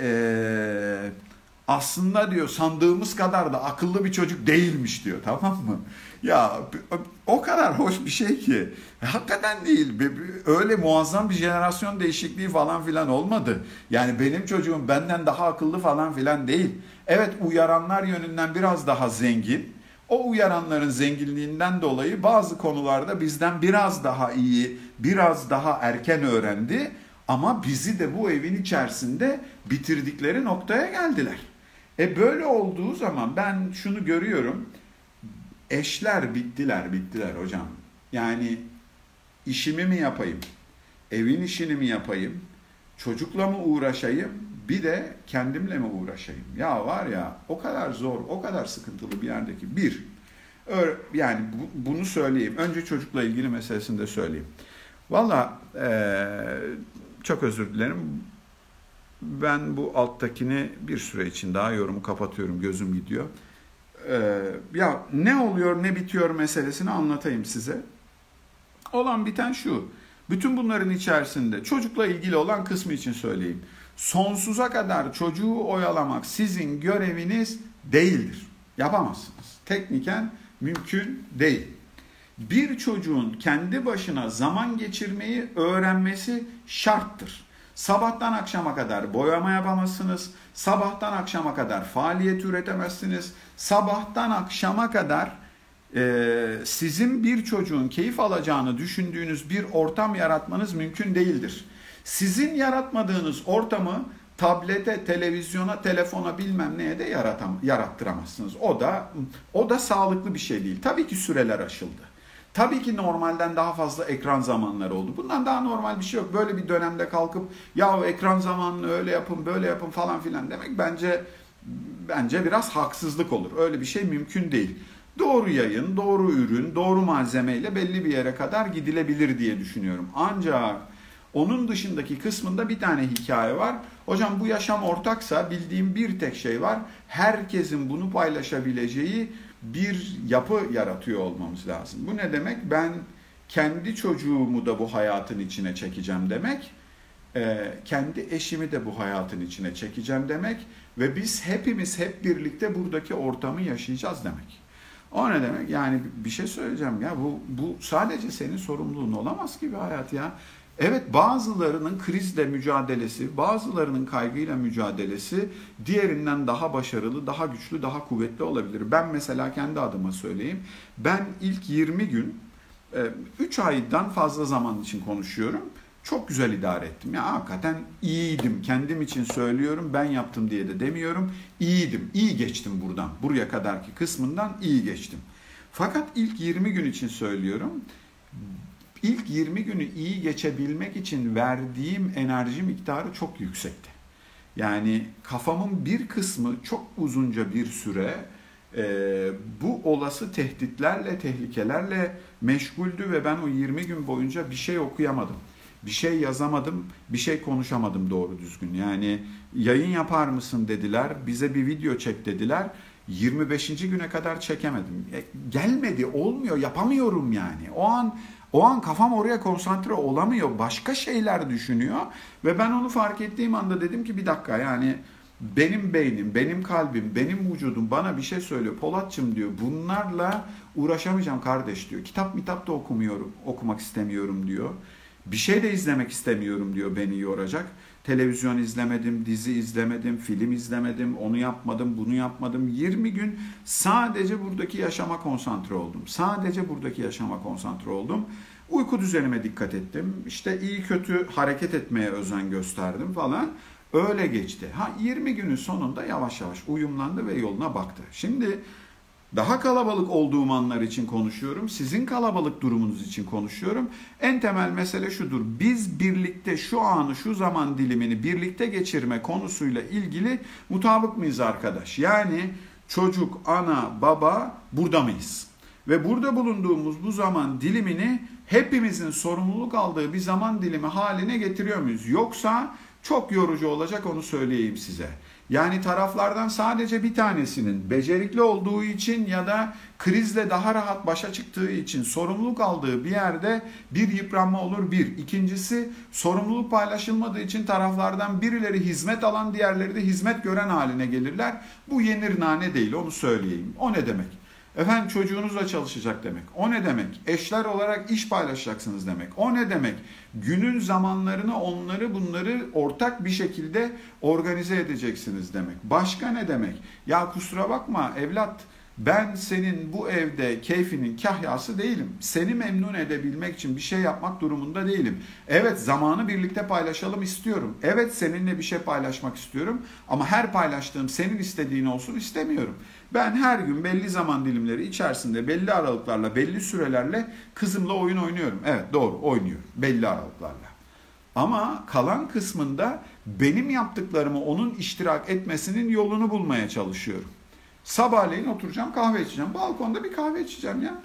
aslında diyor sandığımız kadar da akıllı bir çocuk değilmiş diyor, tamam mı? Ya o kadar hoş bir şey ki. Hakikaten değil. Öyle muazzam bir jenerasyon değişikliği falan filan olmadı. Yani benim çocuğum benden daha akıllı falan filan değil. Evet, uyaranlar yönünden biraz daha zengin. O uyaranların zenginliğinden dolayı bazı konularda bizden biraz daha iyi, biraz daha erken öğrendi. Ama bizi de bu evin içerisinde bitirdikleri noktaya geldiler. Böyle olduğu zaman ben şunu görüyorum. Eşler bittiler hocam. Yani işimi mi yapayım? Evin işini mi yapayım? Çocukla mı uğraşayım? Bir de kendimle mi uğraşayım? Ya var ya, o kadar zor, o kadar sıkıntılı bir yerdeki yani bunu söyleyeyim. Önce çocukla ilgili meselesini de söyleyeyim. Valla çok özür dilerim. Ben bu alttakini bir süre için daha yorumu kapatıyorum. Gözüm gidiyor. Ya ne oluyor ne bitiyor meselesini anlatayım size. Olan biten şu. Bütün bunların içerisinde çocukla ilgili olan kısmı için söyleyeyim. Sonsuza kadar çocuğu oyalamak sizin göreviniz değildir. Yapamazsınız. Tekniken mümkün değil. Bir çocuğun kendi başına zaman geçirmeyi öğrenmesi şarttır. Sabahtan akşama kadar boyama yapamazsınız. Sabahtan akşama kadar faaliyet üretemezsiniz. Sabahtan akşama kadar sizin bir çocuğun keyif alacağını düşündüğünüz bir ortam yaratmanız mümkün değildir. Sizin yaratmadığınız ortamı tablete, televizyona, telefona bilmem neye de yarattıramazsınız. O da sağlıklı bir şey değil. Tabii ki süreler aşıldı. Tabii ki normalden daha fazla ekran zamanları oldu. Bundan daha normal bir şey yok. Böyle bir dönemde kalkıp ya ekran zamanını öyle yapın, böyle yapın falan filan demek bence biraz haksızlık olur. Öyle bir şey mümkün değil. Doğru yayın, doğru ürün, doğru malzemeyle belli bir yere kadar gidilebilir diye düşünüyorum. Ancak onun dışındaki kısmında bir tane hikaye var. Hocam bu yaşam ortaksa bildiğim bir tek şey var. Herkesin bunu paylaşabileceği bir yapı yaratıyor olmamız lazım. Bu ne demek? Ben kendi çocuğumu da bu hayatın içine çekeceğim demek. Kendi eşimi de bu hayatın içine çekeceğim demek. Ve biz hepimiz hep birlikte buradaki ortamı yaşayacağız demek. O ne demek? Yani bir şey söyleyeceğim ya, bu sadece senin sorumluluğun olamaz ki bir hayat ya. Evet, bazılarının krizle mücadelesi, bazılarının kaygıyla mücadelesi diğerinden daha başarılı, daha güçlü, daha kuvvetli olabilir. Ben mesela kendi adıma söyleyeyim. Ben ilk 20 gün, 3 aydan fazla zaman için konuşuyorum. Çok güzel idare ettim. Ya hakikaten iyiydim. Kendim için söylüyorum. Ben yaptım diye de demiyorum. İyiydim. İyi geçtim buradan. Buraya kadarki kısmından iyi geçtim. Fakat ilk 20 gün için söylüyorum. İlk 20 günü iyi geçebilmek için verdiğim enerji miktarı çok yüksekti. Yani kafamın bir kısmı çok uzunca bir süre bu olası tehditlerle, tehlikelerle meşguldü ve ben o 20 gün boyunca bir şey okuyamadım. Bir şey yazamadım, bir şey konuşamadım doğru düzgün. Yani yayın yapar mısın dediler, bize bir video çek dediler. 25. güne kadar çekemedim. Gelmedi, olmuyor, yapamıyorum yani. O an kafam oraya konsantre olamıyor. Başka şeyler düşünüyor ve ben onu fark ettiğim anda dedim ki bir dakika, yani benim beynim, benim kalbim, benim vücudum bana bir şey söylüyor. Polatçım diyor, bunlarla uğraşamayacağım kardeş diyor. Kitap da okumak istemiyorum diyor. Bir şey de izlemek istemiyorum diyor, beni yoracak. Televizyon izlemedim, dizi izlemedim, film izlemedim, onu yapmadım, bunu yapmadım. 20 gün sadece buradaki yaşama konsantre oldum. Sadece buradaki yaşama konsantre oldum. Uyku düzenime dikkat ettim. İşte iyi kötü hareket etmeye özen gösterdim falan. Öyle geçti. 20 günün sonunda yavaş yavaş uyumlandı ve yoluna baktı. Şimdi daha kalabalık olduğum anlar için konuşuyorum. Sizin kalabalık durumunuz için konuşuyorum. En temel mesele şudur. Biz birlikte şu anı, şu zaman dilimini birlikte geçirme konusuyla ilgili mutabık mıyız arkadaş? Yani çocuk, ana, baba burada mıyız? Ve burada bulunduğumuz bu zaman dilimini hepimizin sorumluluk aldığı bir zaman dilimi haline getiriyor muyuz? Yoksa çok yorucu olacak, onu söyleyeyim size. Yani taraflardan sadece bir tanesinin becerikli olduğu için ya da krizle daha rahat başa çıktığı için sorumluluk aldığı bir yerde bir yıpranma olur. İkincisi, sorumluluk paylaşılmadığı için taraflardan birileri hizmet alan, diğerleri de hizmet gören haline gelirler. Bu yenir nane değil, onu söyleyeyim. O ne demek? Efendim çocuğunuzla çalışacak demek. O ne demek? Eşler olarak iş paylaşacaksınız demek. O ne demek? Günün zamanlarını, bunları ortak bir şekilde organize edeceksiniz demek. Başka ne demek? Ya kusura bakma evlat, ben senin bu evde keyfinin kahyası değilim. Seni memnun edebilmek için bir şey yapmak durumunda değilim. Evet, zamanı birlikte paylaşalım istiyorum. Evet, seninle bir şey paylaşmak istiyorum. Ama her paylaştığım senin istediğin olsun istemiyorum. Ben her gün belli zaman dilimleri içerisinde belli aralıklarla, belli sürelerle kızımla oyun oynuyorum. Evet, doğru, oynuyorum belli aralıklarla. Ama kalan kısmında benim yaptıklarımı onun iştirak etmesinin yolunu bulmaya çalışıyorum. Sabahleyin oturacağım, kahve içeceğim. Balkonda bir kahve içeceğim ya.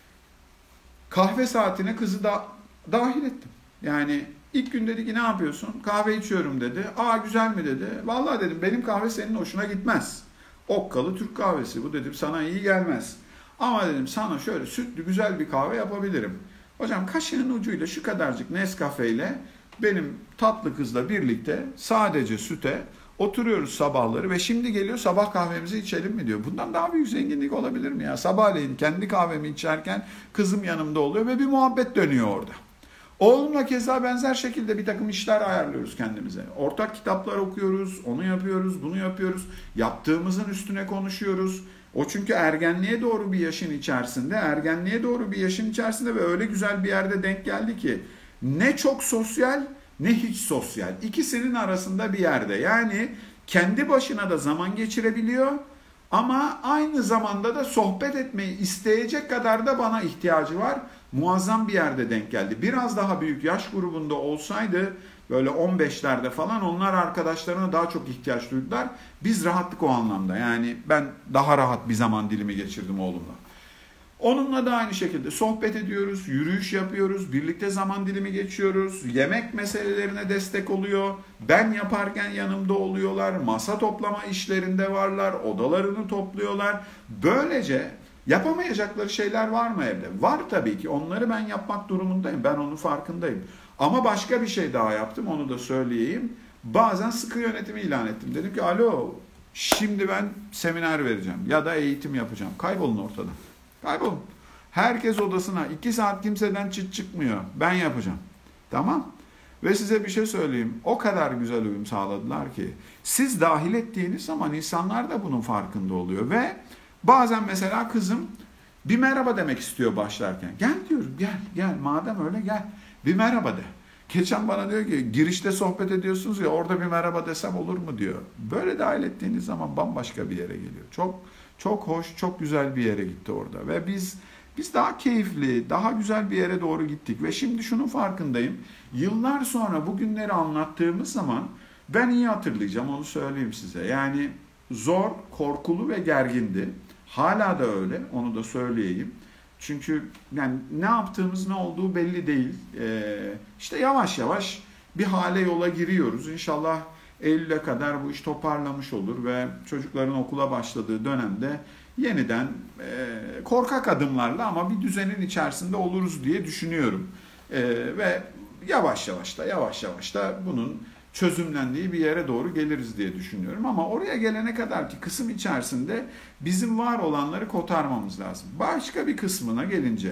Kahve saatine kızı da dahil ettim. Yani ilk gün dedi ki ne yapıyorsun? Kahve içiyorum dedi. Aa, güzel mi dedi. Vallahi dedim, benim kahve senin hoşuna gitmez. Okkalı Türk kahvesi bu dedim, sana iyi gelmez. Ama dedim sana şöyle sütlü güzel bir kahve yapabilirim. Hocam kaşığın ucuyla şu kadarcık Nescafe ile benim tatlı kızla birlikte sadece süte oturuyoruz sabahları ve şimdi geliyor, sabah kahvemizi içelim mi diyor. Bundan daha büyük zenginlik olabilir mi ya? Sabahleyin kendi kahvemi içerken kızım yanımda oluyor ve bir muhabbet dönüyor orada. Oğlumla keza benzer şekilde bir takım işler ayarlıyoruz kendimize. Ortak kitaplar okuyoruz, onu yapıyoruz, bunu yapıyoruz. Yaptığımızın üstüne konuşuyoruz. O çünkü ergenliğe doğru bir yaşın içerisinde ve öyle güzel bir yerde denk geldi ki ne çok sosyal ne hiç sosyal. İkisinin arasında bir yerde. Yani kendi başına da zaman geçirebiliyor ama aynı zamanda da sohbet etmeyi isteyecek kadar da bana ihtiyacı var. Muazzam bir yerde denk geldi. Biraz daha büyük yaş grubunda olsaydı, böyle 15'lerde falan, onlar arkadaşlarına daha çok ihtiyaç duydular. Biz rahattık o anlamda. Yani ben daha rahat bir zaman dilimi geçirdim oğlumla. Onunla da aynı şekilde sohbet ediyoruz, yürüyüş yapıyoruz, birlikte zaman dilimi geçiyoruz, yemek meselelerine destek oluyor, ben yaparken yanımda oluyorlar, masa toplama işlerinde varlar, odalarını topluyorlar. Böylece Yapamayacakları şeyler var mı evde? Var tabii ki. Onları ben yapmak durumundayım. Ben onun farkındayım. Ama başka bir şey daha yaptım. Onu da söyleyeyim. Bazen sıkı yönetimi ilan ettim. Dedim ki alo, şimdi ben seminer vereceğim ya da eğitim yapacağım. Kaybolun ortadan. Kaybolun. Herkes odasına. 2 saat kimseden çıt çıkmıyor. Ben yapacağım. Tamam. Ve size bir şey söyleyeyim. O kadar güzel uyum sağladılar ki. Siz dahil ettiğiniz zaman insanlar da bunun farkında oluyor. Ve bazen mesela kızım bir merhaba demek istiyor başlarken. Gel diyorum, gel madem öyle gel. Bir merhaba de. Geçen bana diyor ki girişte sohbet ediyorsunuz ya, orada bir merhaba desem olur mu diyor. Böyle dahil ettiğiniz zaman bambaşka bir yere geliyor. Çok hoş, çok güzel bir yere gitti orada. Ve biz daha keyifli, daha güzel bir yere doğru gittik. Ve şimdi şunun farkındayım. Yıllar sonra bu günleri anlattığımız zaman ben iyi hatırlayacağım, onu söyleyeyim size. Yani zor, korkulu ve gergindi. Hala da öyle, onu da söyleyeyim. Çünkü yani ne yaptığımız, ne olduğu belli değil. İşte yavaş yavaş bir hale, yola giriyoruz. İnşallah Eylül'e kadar bu iş toparlamış olur ve çocukların okula başladığı dönemde yeniden korkak adımlarla ama bir düzenin içerisinde oluruz diye düşünüyorum. Ve yavaş yavaş da bunun çözümlendiği bir yere doğru geliriz diye düşünüyorum. Ama oraya gelene kadar ki kısım içerisinde bizim var olanları kotarmamız lazım. Başka bir kısmına gelince,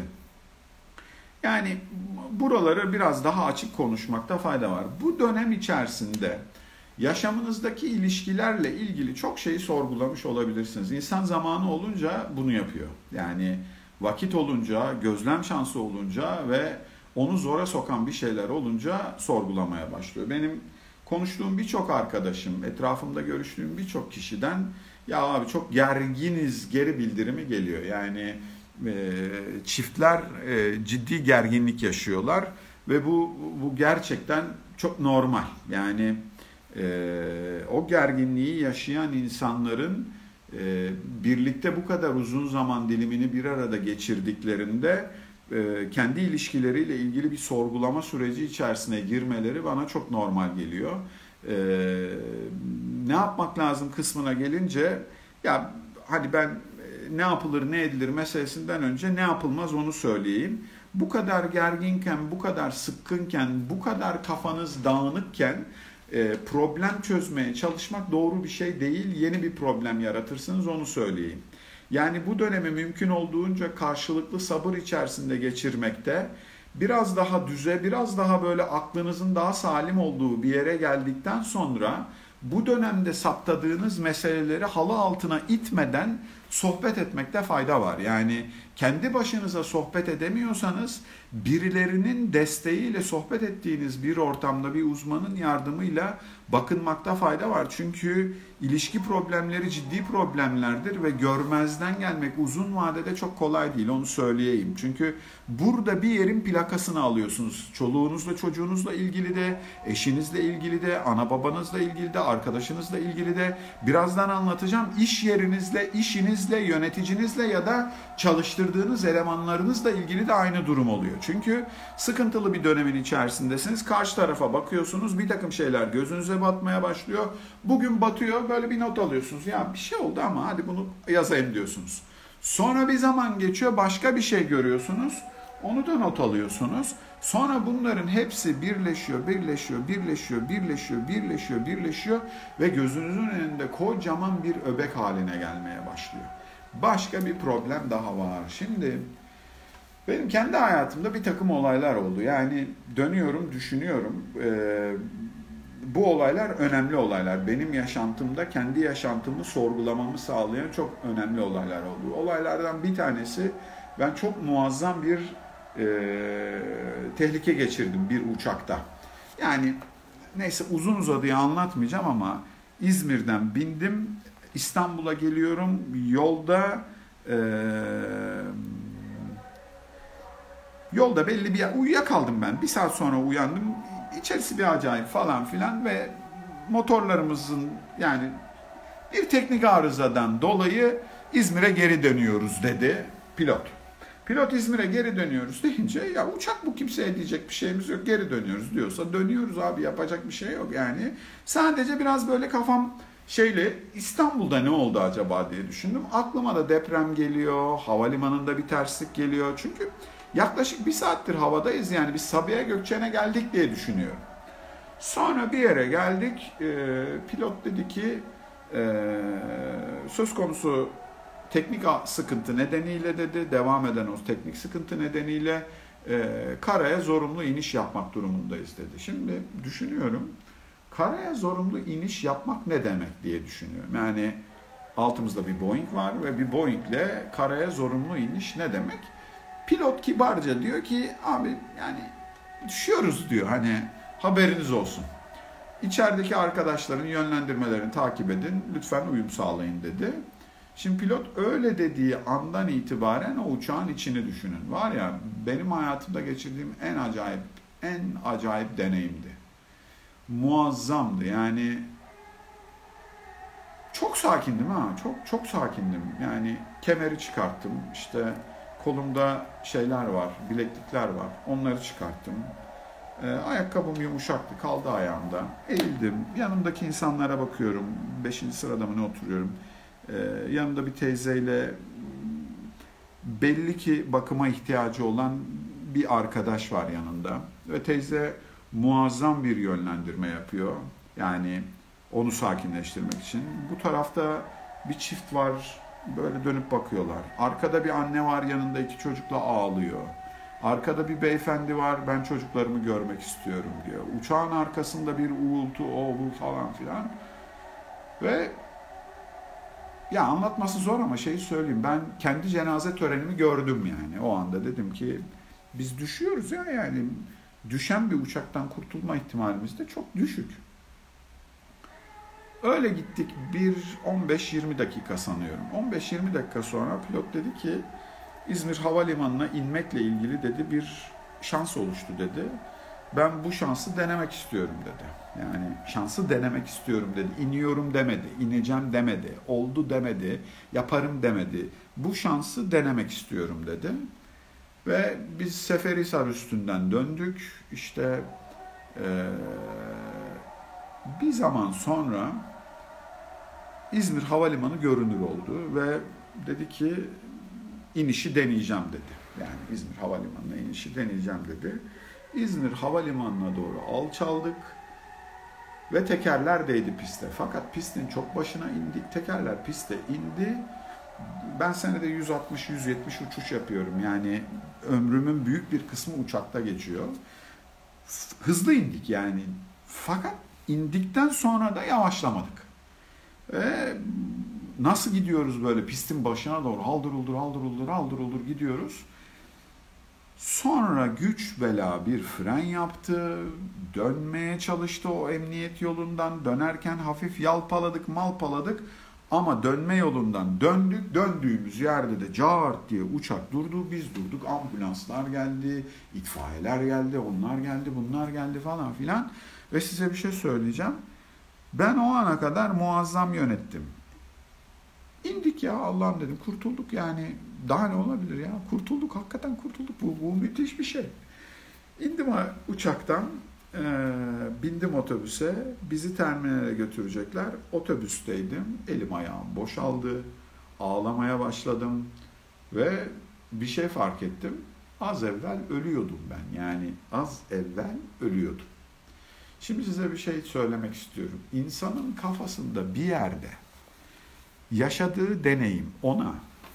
yani buraları biraz daha açık konuşmakta fayda var. Bu dönem içerisinde yaşamınızdaki ilişkilerle ilgili çok şeyi sorgulamış olabilirsiniz. İnsan zamanı olunca bunu yapıyor. Yani vakit olunca, gözlem şansı olunca ve onu zora sokan bir şeyler olunca sorgulamaya başlıyor. Benim konuştuğum birçok arkadaşım, etrafımda görüştüğüm birçok kişiden ya abi çok gerginiz geri bildirimi geliyor. Yani çiftler ciddi gerginlik yaşıyorlar ve bu gerçekten çok normal. Yani o gerginliği yaşayan insanların birlikte bu kadar uzun zaman dilimini bir arada geçirdiklerinde kendi ilişkileriyle ilgili bir sorgulama süreci içerisine girmeleri bana çok normal geliyor. Ne yapmak lazım kısmına gelince, ya hadi ben ne yapılır ne edilir meselesinden önce ne yapılmaz onu söyleyeyim. Bu kadar gerginken, bu kadar sıkkınken, bu kadar kafanız dağınıkken problem çözmeye çalışmak doğru bir şey değil. Yeni bir problem yaratırsınız, onu söyleyeyim. Yani bu dönemi mümkün olduğunca karşılıklı sabır içerisinde geçirmekte, biraz daha düze, biraz daha böyle aklınızın daha salim olduğu bir yere geldikten sonra bu dönemde saptadığınız meseleleri halı altına itmeden sohbet etmekte fayda var. Yani kendi başınıza sohbet edemiyorsanız birilerinin desteğiyle sohbet ettiğiniz bir ortamda bir uzmanın yardımıyla bakınmakta fayda var. Çünkü ilişki problemleri ciddi problemlerdir ve görmezden gelmek uzun vadede çok kolay değil, onu söyleyeyim. Çünkü burada bir yerin plakasını alıyorsunuz. Çoluğunuzla çocuğunuzla ilgili de, eşinizle ilgili de, ana babanızla ilgili de, arkadaşınızla ilgili de, birazdan anlatacağım, iş yerinizle, işinizle, yöneticinizle ya da çalıştırdığınız elemanlarınızla ilgili de aynı durum oluyor. Çünkü sıkıntılı bir dönemin içerisindesiniz. Karşı tarafa bakıyorsunuz, bir takım şeyler gözünüze batmaya başlıyor. Bugün batıyor, böyle bir not alıyorsunuz. Ya bir şey oldu ama hadi bunu yazayım diyorsunuz. Sonra bir zaman geçiyor, başka bir şey görüyorsunuz. Onu da not alıyorsunuz. Sonra bunların hepsi birleşiyor ve gözünüzün önünde kocaman bir öbek haline gelmeye başlıyor. Başka bir problem daha var. Şimdi benim kendi hayatımda bir takım olaylar oldu. Yani dönüyorum, düşünüyorum. Bu olaylar önemli olaylar. Benim yaşantımda kendi yaşantımı sorgulamamı sağlayan çok önemli olaylar oldu. Olaylardan bir tanesi, ben çok muazzam bir tehlike geçirdim bir uçakta. Yani neyse, uzun uzadıya anlatmayacağım ama İzmir'den bindim, İstanbul'a geliyorum. Yolda belli bir uyuyakaldım ben. Bir saat sonra uyandım. İçerisi bir acayip falan filan ve motorlarımızın, yani bir teknik arızadan dolayı İzmir'e geri dönüyoruz dedi pilot. Pilot İzmir'e geri dönüyoruz deyince, ya uçak bu, kimseye diyecek bir şeyimiz yok, geri dönüyoruz diyorsa dönüyoruz abi, yapacak bir şey yok yani. Sadece biraz böyle kafam İstanbul'da ne oldu acaba diye düşündüm. Aklıma da deprem geliyor, havalimanında bir terslik geliyor. Çünkü yaklaşık bir saattir havadayız, yani biz Sabiha Gökçen'e geldik diye düşünüyorum. Sonra bir yere geldik, pilot dedi ki söz konusu teknik sıkıntı nedeniyle dedi, devam eden o teknik sıkıntı nedeniyle karaya zorunlu iniş yapmak durumundayız dedi. Şimdi düşünüyorum, karaya zorunlu iniş yapmak ne demek diye düşünüyorum. Yani altımızda bir Boeing var ve bir Boeing'le karaya zorunlu iniş ne demek? Pilot kibarca diyor ki abi yani düşüyoruz diyor, hani haberiniz olsun. İçerideki arkadaşların yönlendirmelerini takip edin, lütfen uyum sağlayın dedi. Şimdi pilot öyle dediği andan itibaren o uçağın içini düşünün. Var ya, benim hayatımda geçirdiğim en acayip deneyimdi. Muazzamdı yani. Çok sakindim ha, çok sakindim. Yani kemeri çıkarttım, işte kolumda şeyler var, bileklikler var, onları çıkarttım. Ayakkabım yumuşaktı, kaldı ayağımda. Eğildim, yanımdaki insanlara bakıyorum. 5. sırada mı ne oturuyorum. Yanımda bir teyzeyle belli ki bakıma ihtiyacı olan bir arkadaş var yanında. Ve teyze muazzam bir yönlendirme yapıyor. Yani onu sakinleştirmek için. Bu tarafta bir çift var, böyle dönüp bakıyorlar. Arkada bir anne var, yanında 2 çocukla ağlıyor. Arkada bir beyefendi var, ben çocuklarımı görmek istiyorum diyor. Uçağın arkasında bir uğultu, o bu falan filan. Ve ya anlatması zor ama söyleyeyim, ben kendi cenaze törenimi gördüm yani. O anda dedim ki biz düşüyoruz ya, yani düşen bir uçaktan kurtulma ihtimalimiz de çok düşük. Öyle gittik, 15-20 dakika sanıyorum. 15-20 dakika sonra pilot dedi ki İzmir Havalimanı'na inmekle ilgili dedi bir şans oluştu dedi. Ben bu şansı denemek istiyorum dedi. Yani şansı denemek istiyorum dedi. İniyorum demedi, ineceğim demedi, oldu demedi, yaparım demedi. Bu şansı denemek istiyorum dedi. Ve biz Seferihisar üstünden döndük. İşte bir zaman sonra İzmir Havalimanı görünür oldu ve dedi ki inişi deneyeceğim dedi. Yani İzmir Havalimanı'na inişi deneyeceğim dedi. İzmir Havalimanı'na doğru alçaldık ve tekerler değdi piste. Fakat pistin çok başına indik. Tekerler piste indi. Ben senede 160-170 uçuş yapıyorum. Yani ömrümün büyük bir kısmı uçakta geçiyor. Hızlı indik yani. Fakat indikten sonra da yavaşlamadık. Ve nasıl gidiyoruz böyle pistin başına doğru haldır uldur gidiyoruz. Sonra güç bela bir fren yaptı. Dönmeye çalıştı o emniyet yolundan. Dönerken hafif yalpaladık, malpaladık. Ama dönme yolundan döndük. Döndüğümüz yerde de cart diye uçak durdu. Biz durduk. Ambulanslar geldi, itfaiyeler geldi, onlar geldi, bunlar geldi falan filan. Ve size bir şey söyleyeceğim. Ben o ana kadar muazzam yönettim. İndik ya, Allah'ım dedim, kurtulduk yani, daha ne olabilir ya, kurtulduk, hakikaten kurtulduk, bu müthiş bir şey. İndim uçaktan, bindim otobüse, bizi terminale götürecekler, otobüsteydim, elim ayağım boşaldı, ağlamaya başladım ve bir şey fark ettim, az evvel ölüyordum ben, yani az evvel ölüyordum. Şimdi size bir şey söylemek istiyorum. İnsanın kafasında bir yerde yaşadığı deneyim ona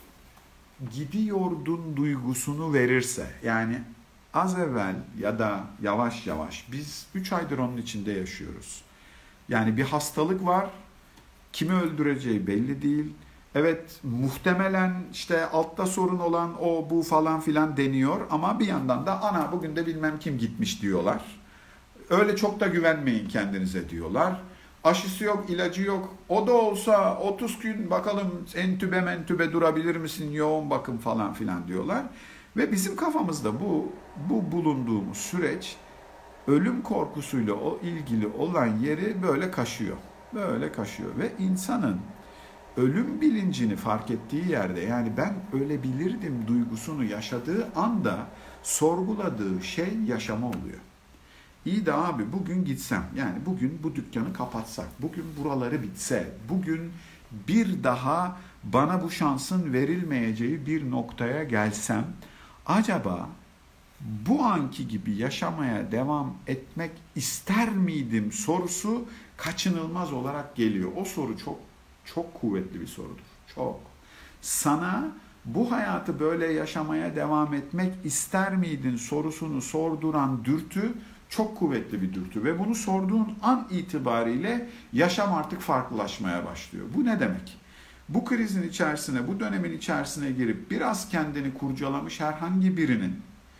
gidiyordun duygusunu verirse, yani az evvel ya da yavaş yavaş, biz 3 aydır onun içinde yaşıyoruz. Yani bir hastalık var, kimi öldüreceği belli değil. Evet, muhtemelen işte altta sorun olan o bu falan filan deniyor ama bir yandan da ana bugün de bilmem kim gitmiş diyorlar. Öyle çok da güvenmeyin kendinize diyorlar. Aşısı yok, ilacı yok. O da olsa 30 gün bakalım entübe durabilir misin, yoğun bakım falan filan diyorlar. Ve bizim kafamızda bu bulunduğumuz süreç ölüm korkusuyla ilgili olan yeri böyle kaşıyor. Böyle kaşıyor ve insanın ölüm bilincini fark ettiği yerde, yani ben ölebilirdim duygusunu yaşadığı anda sorguladığı şey yaşama oluyor. İyi de abi bugün gitsem, yani bugün bu dükkanı kapatsak, bugün buraları bitse, bugün bir daha bana bu şansın verilmeyeceği bir noktaya gelsem, acaba bu anki gibi yaşamaya devam etmek ister miydim sorusu kaçınılmaz olarak geliyor. O soru çok çok kuvvetli bir sorudur. Çok. Sana bu hayatı böyle yaşamaya devam etmek ister miydin sorusunu sorduran dürtü çok kuvvetli bir dürtü ve bunu sorduğun an itibariyle yaşam artık farklılaşmaya başlıyor. Bu ne demek? Bu krizin içerisine, bu dönemin içerisine girip biraz kendini kurcalamış herhangi birinin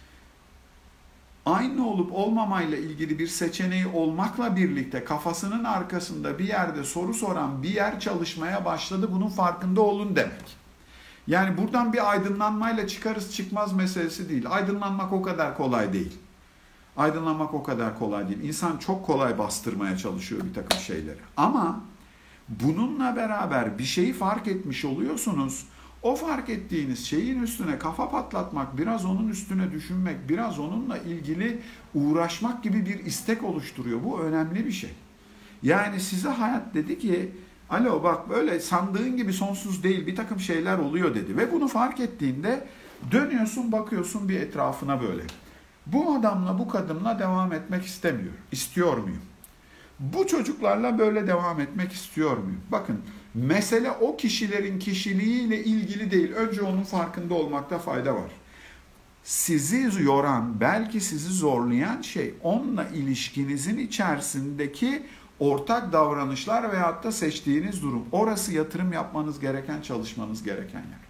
aynı olup olmamayla ilgili bir seçeneği olmakla birlikte kafasının arkasında bir yerde soru soran bir yer çalışmaya başladı. Bunun farkında olun demek. Yani buradan bir aydınlanmayla çıkarız çıkmaz meselesi değil. Aydınlanmak o kadar kolay değil. Aydınlanmak o kadar kolay değil. İnsan çok kolay bastırmaya çalışıyor bir takım şeyleri. Ama bununla beraber bir şeyi fark etmiş oluyorsunuz. O fark ettiğiniz şeyin üstüne kafa patlatmak, biraz onun üstüne düşünmek, biraz onunla ilgili uğraşmak gibi bir istek oluşturuyor. Bu önemli bir şey. Yani size hayat dedi ki, alo bak böyle sandığın gibi sonsuz değil, bir takım şeyler oluyor dedi. Ve bunu fark ettiğinde dönüyorsun, bakıyorsun bir etrafına böyle. Bu adamla, bu kadınla devam etmek istemiyor. İstiyor muyum? Bu çocuklarla böyle devam etmek istiyor muyum? Bakın, mesele o kişilerin kişiliğiyle ilgili değil. Önce onun farkında olmakta fayda var. Sizi yoran, belki sizi zorlayan şey onunla ilişkinizin içerisindeki ortak davranışlar veyahut da seçtiğiniz durum. Orası yatırım yapmanız gereken, çalışmanız gereken yer.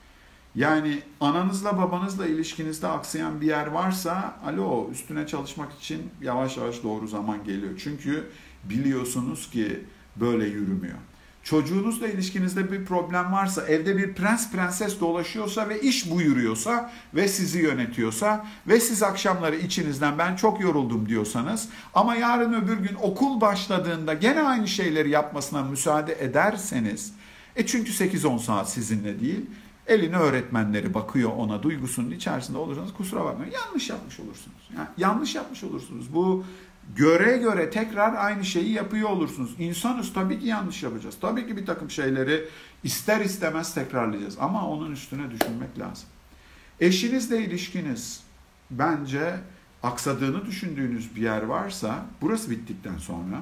Yani ananızla babanızla ilişkinizde aksayan bir yer varsa, alo, üstüne çalışmak için yavaş yavaş doğru zaman geliyor. Çünkü biliyorsunuz ki böyle yürümüyor. Çocuğunuzla ilişkinizde bir problem varsa, evde bir prens prenses dolaşıyorsa ve iş bu yürüyorsa ve sizi yönetiyorsa ve siz akşamları içinizden ben çok yoruldum diyorsanız ama yarın öbür gün okul başladığında gene aynı şeyleri yapmasına müsaade ederseniz, çünkü 8-10 saat sizinle değil, eline öğretmenleri bakıyor ona duygusunun içerisinde olursanız kusura bakmayın, yanlış yapmış olursunuz. Yani yanlış yapmış olursunuz. Bu göre göre tekrar aynı şeyi yapıyor olursunuz. İnsanız, tabii ki yanlış yapacağız. Tabii ki bir takım şeyleri ister istemez tekrarlayacağız. Ama onun üstüne düşünmek lazım. Eşinizle ilişkiniz bence aksadığını düşündüğünüz bir yer varsa, burası bittikten sonra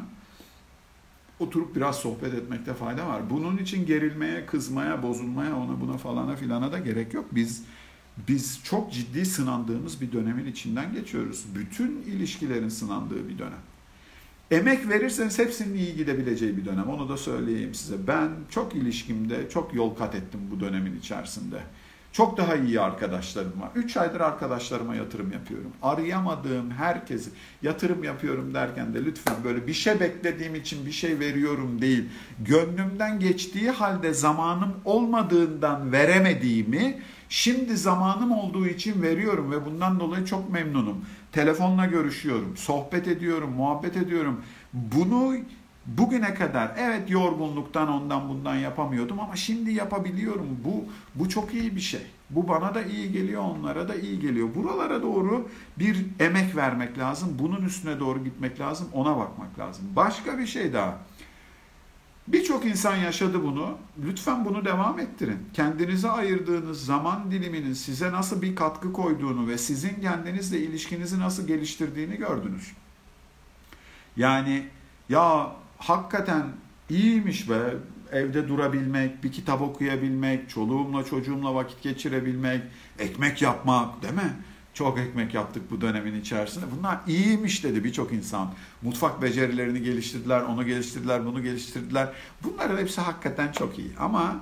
oturup biraz sohbet etmekte fayda var. Bunun için gerilmeye, kızmaya, bozulmaya, ona buna falana filana da gerek yok. Biz çok ciddi sınandığımız bir dönemin içinden geçiyoruz. Bütün ilişkilerin sınandığı bir dönem. Emek verirseniz hepsinin iyi gidebileceği bir dönem. Onu da söyleyeyim size. Ben çok ilişkimde çok yol kat ettim bu dönemin içerisinde. Çok daha iyi arkadaşlarım var. 3 aydır arkadaşlarıma yatırım yapıyorum. Arayamadığım herkesi yatırım yapıyorum derken de lütfen böyle bir şey beklediğim için bir şey veriyorum değil. Gönlümden geçtiği halde zamanım olmadığından veremediğimi şimdi zamanım olduğu için veriyorum ve bundan dolayı çok memnunum. Telefonla görüşüyorum, sohbet ediyorum, muhabbet ediyorum. Bunu bugüne kadar evet yorgunluktan ondan bundan yapamıyordum ama şimdi yapabiliyorum. Bu çok iyi bir şey. Bu bana da iyi geliyor, onlara da iyi geliyor. Buralara doğru bir emek vermek lazım. Bunun üstüne doğru gitmek lazım, ona bakmak lazım. Başka bir şey daha. Birçok insan yaşadı bunu. Lütfen bunu devam ettirin. Kendinize ayırdığınız zaman diliminin size nasıl bir katkı koyduğunu ve sizin kendinizle ilişkinizi nasıl geliştirdiğini gördünüz. Yani ya hakikaten iyiymiş be, evde durabilmek, bir kitap okuyabilmek, çoluğumla çocuğumla vakit geçirebilmek, ekmek yapmak, değil mi? Çok ekmek yaptık bu dönemin içerisinde. Bunlar iyiymiş dedi birçok insan. Mutfak becerilerini geliştirdiler, onu geliştirdiler, bunu geliştirdiler. Bunların hepsi hakikaten çok iyi. Ama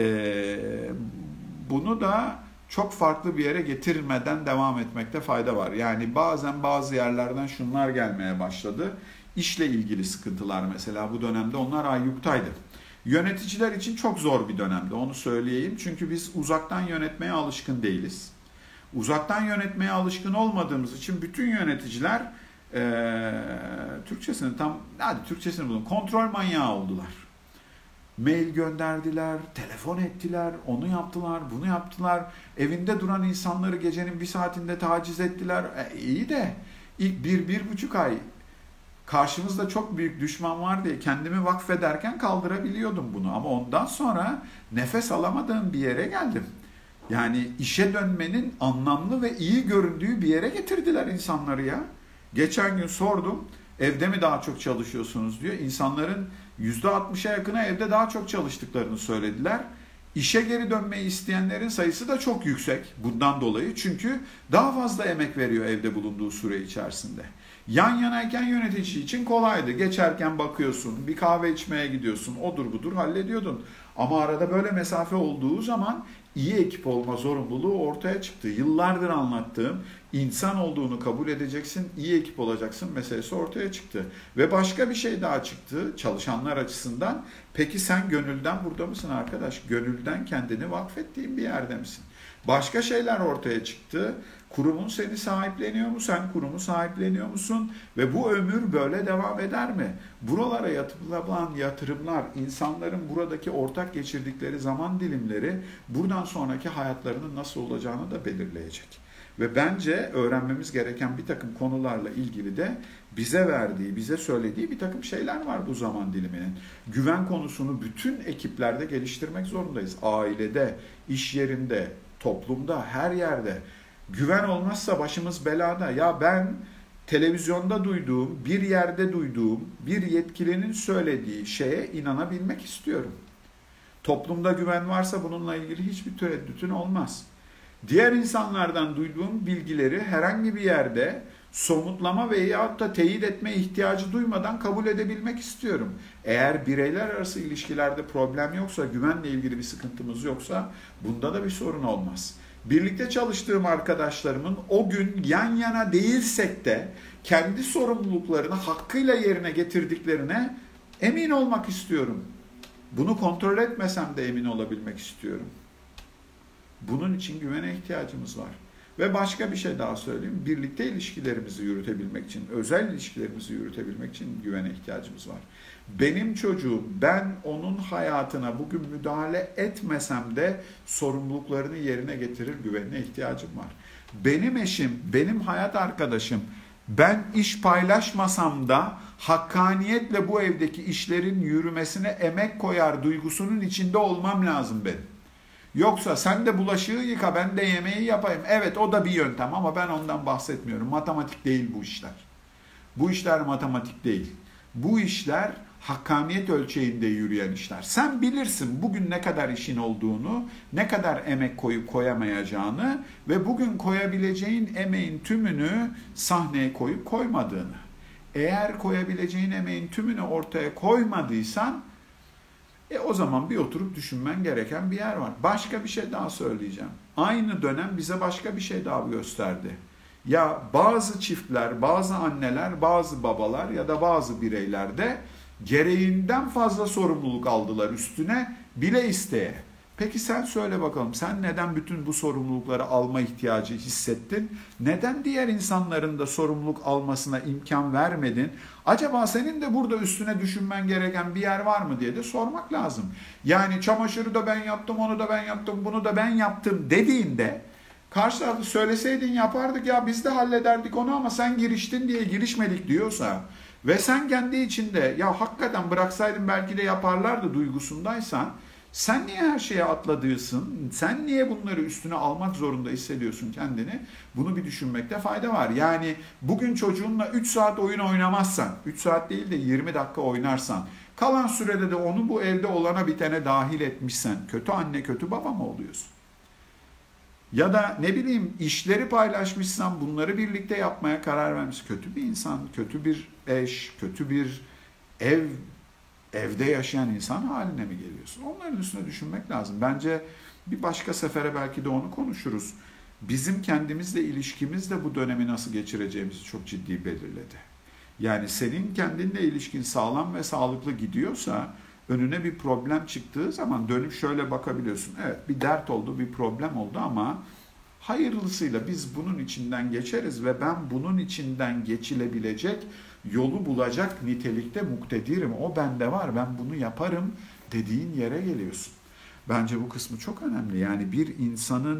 bunu da çok farklı bir yere getirmeden devam etmekte fayda var. Yani bazen bazı yerlerden şunlar gelmeye başladı. İşle ilgili sıkıntılar mesela bu dönemde, onlar ayyuktaydı. Yöneticiler için çok zor bir dönemde, onu söyleyeyim. Çünkü biz uzaktan yönetmeye alışkın değiliz. Uzaktan yönetmeye alışkın olmadığımız için bütün yöneticiler Türkçesini bulun, kontrol manyağı oldular. Mail gönderdiler, telefon ettiler, onu yaptılar, bunu yaptılar. Evinde duran insanları gecenin bir saatinde taciz ettiler. İyi de İlk 1-1,5 ay karşımızda çok büyük düşman var diye kendimi vakfederken kaldırabiliyordum bunu. Ama ondan sonra nefes alamadığım bir yere geldim. Yani işe dönmenin anlamlı ve iyi göründüğü bir yere getirdiler insanları ya. Geçen gün sordum, evde mi daha çok çalışıyorsunuz diyor. İnsanların %60'a yakını evde daha çok çalıştıklarını söylediler. İşe geri dönmeyi isteyenlerin sayısı da çok yüksek bundan dolayı. Çünkü daha fazla emek veriyor evde bulunduğu süre içerisinde. Yan yanayken yönetici için kolaydı. Geçerken bakıyorsun, bir kahve içmeye gidiyorsun, odur budur hallediyordun. Ama arada böyle mesafe olduğu zaman iyi ekip olma zorunluluğu ortaya çıktı. Yıllardır anlattığım insan olduğunu kabul edeceksin, iyi ekip olacaksın meselesi ortaya çıktı. Ve başka bir şey daha çıktı çalışanlar açısından. Peki sen gönülden burada mısın arkadaş? Gönülden kendini vakfettiğin bir yerde misin? Başka şeyler ortaya çıktı. Kurumun seni sahipleniyor mu? Sen kurumu sahipleniyor musun? Ve bu ömür böyle devam eder mi? Buralara yapılan yatırımlar, insanların buradaki ortak geçirdikleri zaman dilimleri buradan sonraki hayatlarının nasıl olacağını da belirleyecek. Ve bence öğrenmemiz gereken bir takım konularla ilgili de bize verdiği, bize söylediği bir takım şeyler var bu zaman diliminin. Güven konusunu bütün ekiplerde geliştirmek zorundayız. Ailede, iş yerinde, toplumda, her yerde. Güven olmazsa başımız belada. Ya ben televizyonda duyduğum, bir yerde duyduğum, bir yetkilinin söylediği şeye inanabilmek istiyorum. Toplumda güven varsa bununla ilgili hiçbir tereddütün olmaz. Diğer insanlardan duyduğum bilgileri herhangi bir yerde somutlama veyahut da teyit etme ihtiyacı duymadan kabul edebilmek istiyorum. Eğer bireyler arası ilişkilerde problem yoksa, güvenle ilgili bir sıkıntımız yoksa bunda da bir sorun olmaz. Birlikte çalıştığım arkadaşlarımın o gün yan yana değilsek de kendi sorumluluklarını hakkıyla yerine getirdiklerine emin olmak istiyorum. Bunu kontrol etmesem de emin olabilmek istiyorum. Bunun için güvene ihtiyacımız var. Ve başka bir şey daha söyleyeyim. Birlikte ilişkilerimizi yürütebilmek için, özel ilişkilerimizi yürütebilmek için güvene ihtiyacımız var. Benim çocuğum, ben onun hayatına bugün müdahale etmesem de sorumluluklarını yerine getirir güvenine ihtiyacım var. Benim eşim, benim hayat arkadaşım, ben iş paylaşmasam da hakkaniyetle bu evdeki işlerin yürümesine emek koyar duygusunun içinde olmam lazım benim. Yoksa sen de bulaşığı yıka, ben de yemeği yapayım. Evet, o da bir yöntem ama ben ondan bahsetmiyorum. Matematik değil bu işler. Bu işler matematik değil. Bu işler hakkaniyet ölçeğinde yürüyen işler. Sen bilirsin bugün ne kadar işin olduğunu, ne kadar emek koyup koyamayacağını ve bugün koyabileceğin emeğin tümünü sahneye koyup koymadığını. Eğer koyabileceğin emeğin tümünü ortaya koymadıysan, o zaman bir oturup düşünmen gereken bir yer var. Başka bir şey daha söyleyeceğim. Aynı dönem bize başka bir şey daha gösterdi. Ya bazı çiftler, bazı anneler, bazı babalar ya da bazı bireyler de gereğinden fazla sorumluluk aldılar üstüne bile isteye. Peki sen söyle bakalım, sen neden bütün bu sorumlulukları alma ihtiyacı hissettin? Neden diğer insanların da sorumluluk almasına imkan vermedin? Acaba senin de burada üstüne düşünmen gereken bir yer var mı diye de sormak lazım. Yani çamaşırı da ben yaptım, onu da ben yaptım, bunu da ben yaptım dediğinde karşı tarafı söyleseydin yapardık ya, biz de hallederdik onu ama sen giriştin diye girişmedik diyorsa ve sen kendi içinde ya hakikaten bıraksaydım belki de yaparlardı duygusundaysan, sen niye her şeye atladığısın? Sen niye bunları üstüne almak zorunda hissediyorsun kendini? Bunu bir düşünmekte fayda var. Yani bugün çocuğunla 3 saat oyun oynamazsan, 3 saat değil de 20 dakika oynarsan, kalan sürede de onu bu evde olana bitene dahil etmişsen, kötü anne, kötü baba mı oluyorsun? Ya da ne bileyim işleri paylaşmışsan, bunları birlikte yapmaya karar vermiş. Kötü bir insan, kötü bir eş, kötü bir evde yaşayan insan haline mi geliyorsun? Onların üstüne düşünmek lazım. Bence bir başka sefere belki de onu konuşuruz. Bizim kendimizle ilişkimiz de bu dönemi nasıl geçireceğimizi çok ciddi belirledi. Yani senin kendinle ilişkin sağlam ve sağlıklı gidiyorsa, önüne bir problem çıktığı zaman dönüp şöyle bakabiliyorsun. Evet, bir dert oldu, bir problem oldu ama hayırlısıyla biz bunun içinden geçeriz ve ben bunun içinden geçilebilecek yolu bulacak nitelikte muktedirim. O bende var, ben bunu yaparım dediğin yere geliyorsun. Bence bu kısmı çok önemli. Yani bir insanın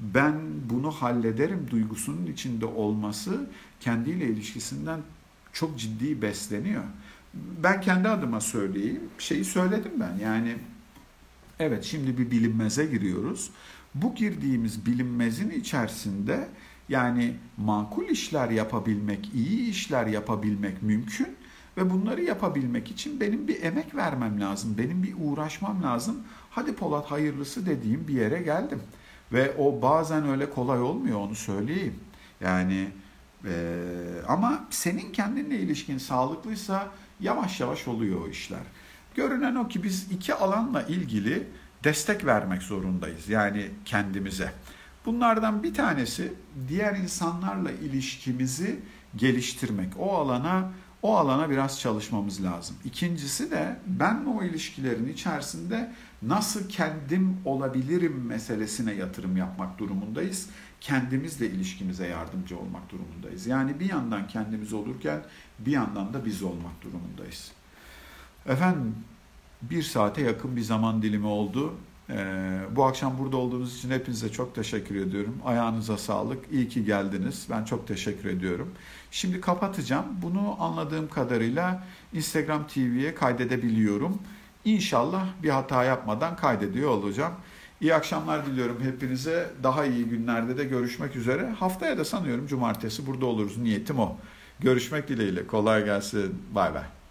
ben bunu hallederim duygusunun içinde olması kendiyle ilişkisinden çok ciddi besleniyor. Ben kendi adıma söyleyeyim. Şeyi söyledim ben. Yani evet, şimdi bir bilinmeze giriyoruz. Bu girdiğimiz bilinmezin içerisinde yani makul işler yapabilmek, iyi işler yapabilmek mümkün ve bunları yapabilmek için benim bir emek vermem lazım, benim bir uğraşmam lazım. Hadi Polat hayırlısı dediğim bir yere geldim. Ve o bazen öyle kolay olmuyor, onu söyleyeyim. Yani ama senin kendinle ilişkin sağlıklıysa yavaş yavaş oluyor o işler. Görünen o ki biz iki alanla ilgili destek vermek zorundayız. Yani kendimize. Bunlardan bir tanesi diğer insanlarla ilişkimizi geliştirmek. O alana biraz çalışmamız lazım. İkincisi de ben o ilişkilerin içerisinde nasıl kendim olabilirim meselesine yatırım yapmak durumundayız. Kendimizle ilişkimize yardımcı olmak durumundayız. Yani bir yandan kendimiz olurken bir yandan da biz olmak durumundayız. Efendim, bir saate yakın bir zaman dilimi oldu. Bu akşam burada olduğunuz için hepinize çok teşekkür ediyorum. Ayağınıza sağlık. İyi ki geldiniz. Ben çok teşekkür ediyorum. Şimdi kapatacağım. Bunu anladığım kadarıyla Instagram TV'ye kaydedebiliyorum. İnşallah bir hata yapmadan kaydediyor olacağım. İyi akşamlar diliyorum hepinize. Daha iyi günlerde de görüşmek üzere. Haftaya da sanıyorum cumartesi burada oluruz. Niyetim o. Görüşmek dileğiyle. Kolay gelsin. Bay bay.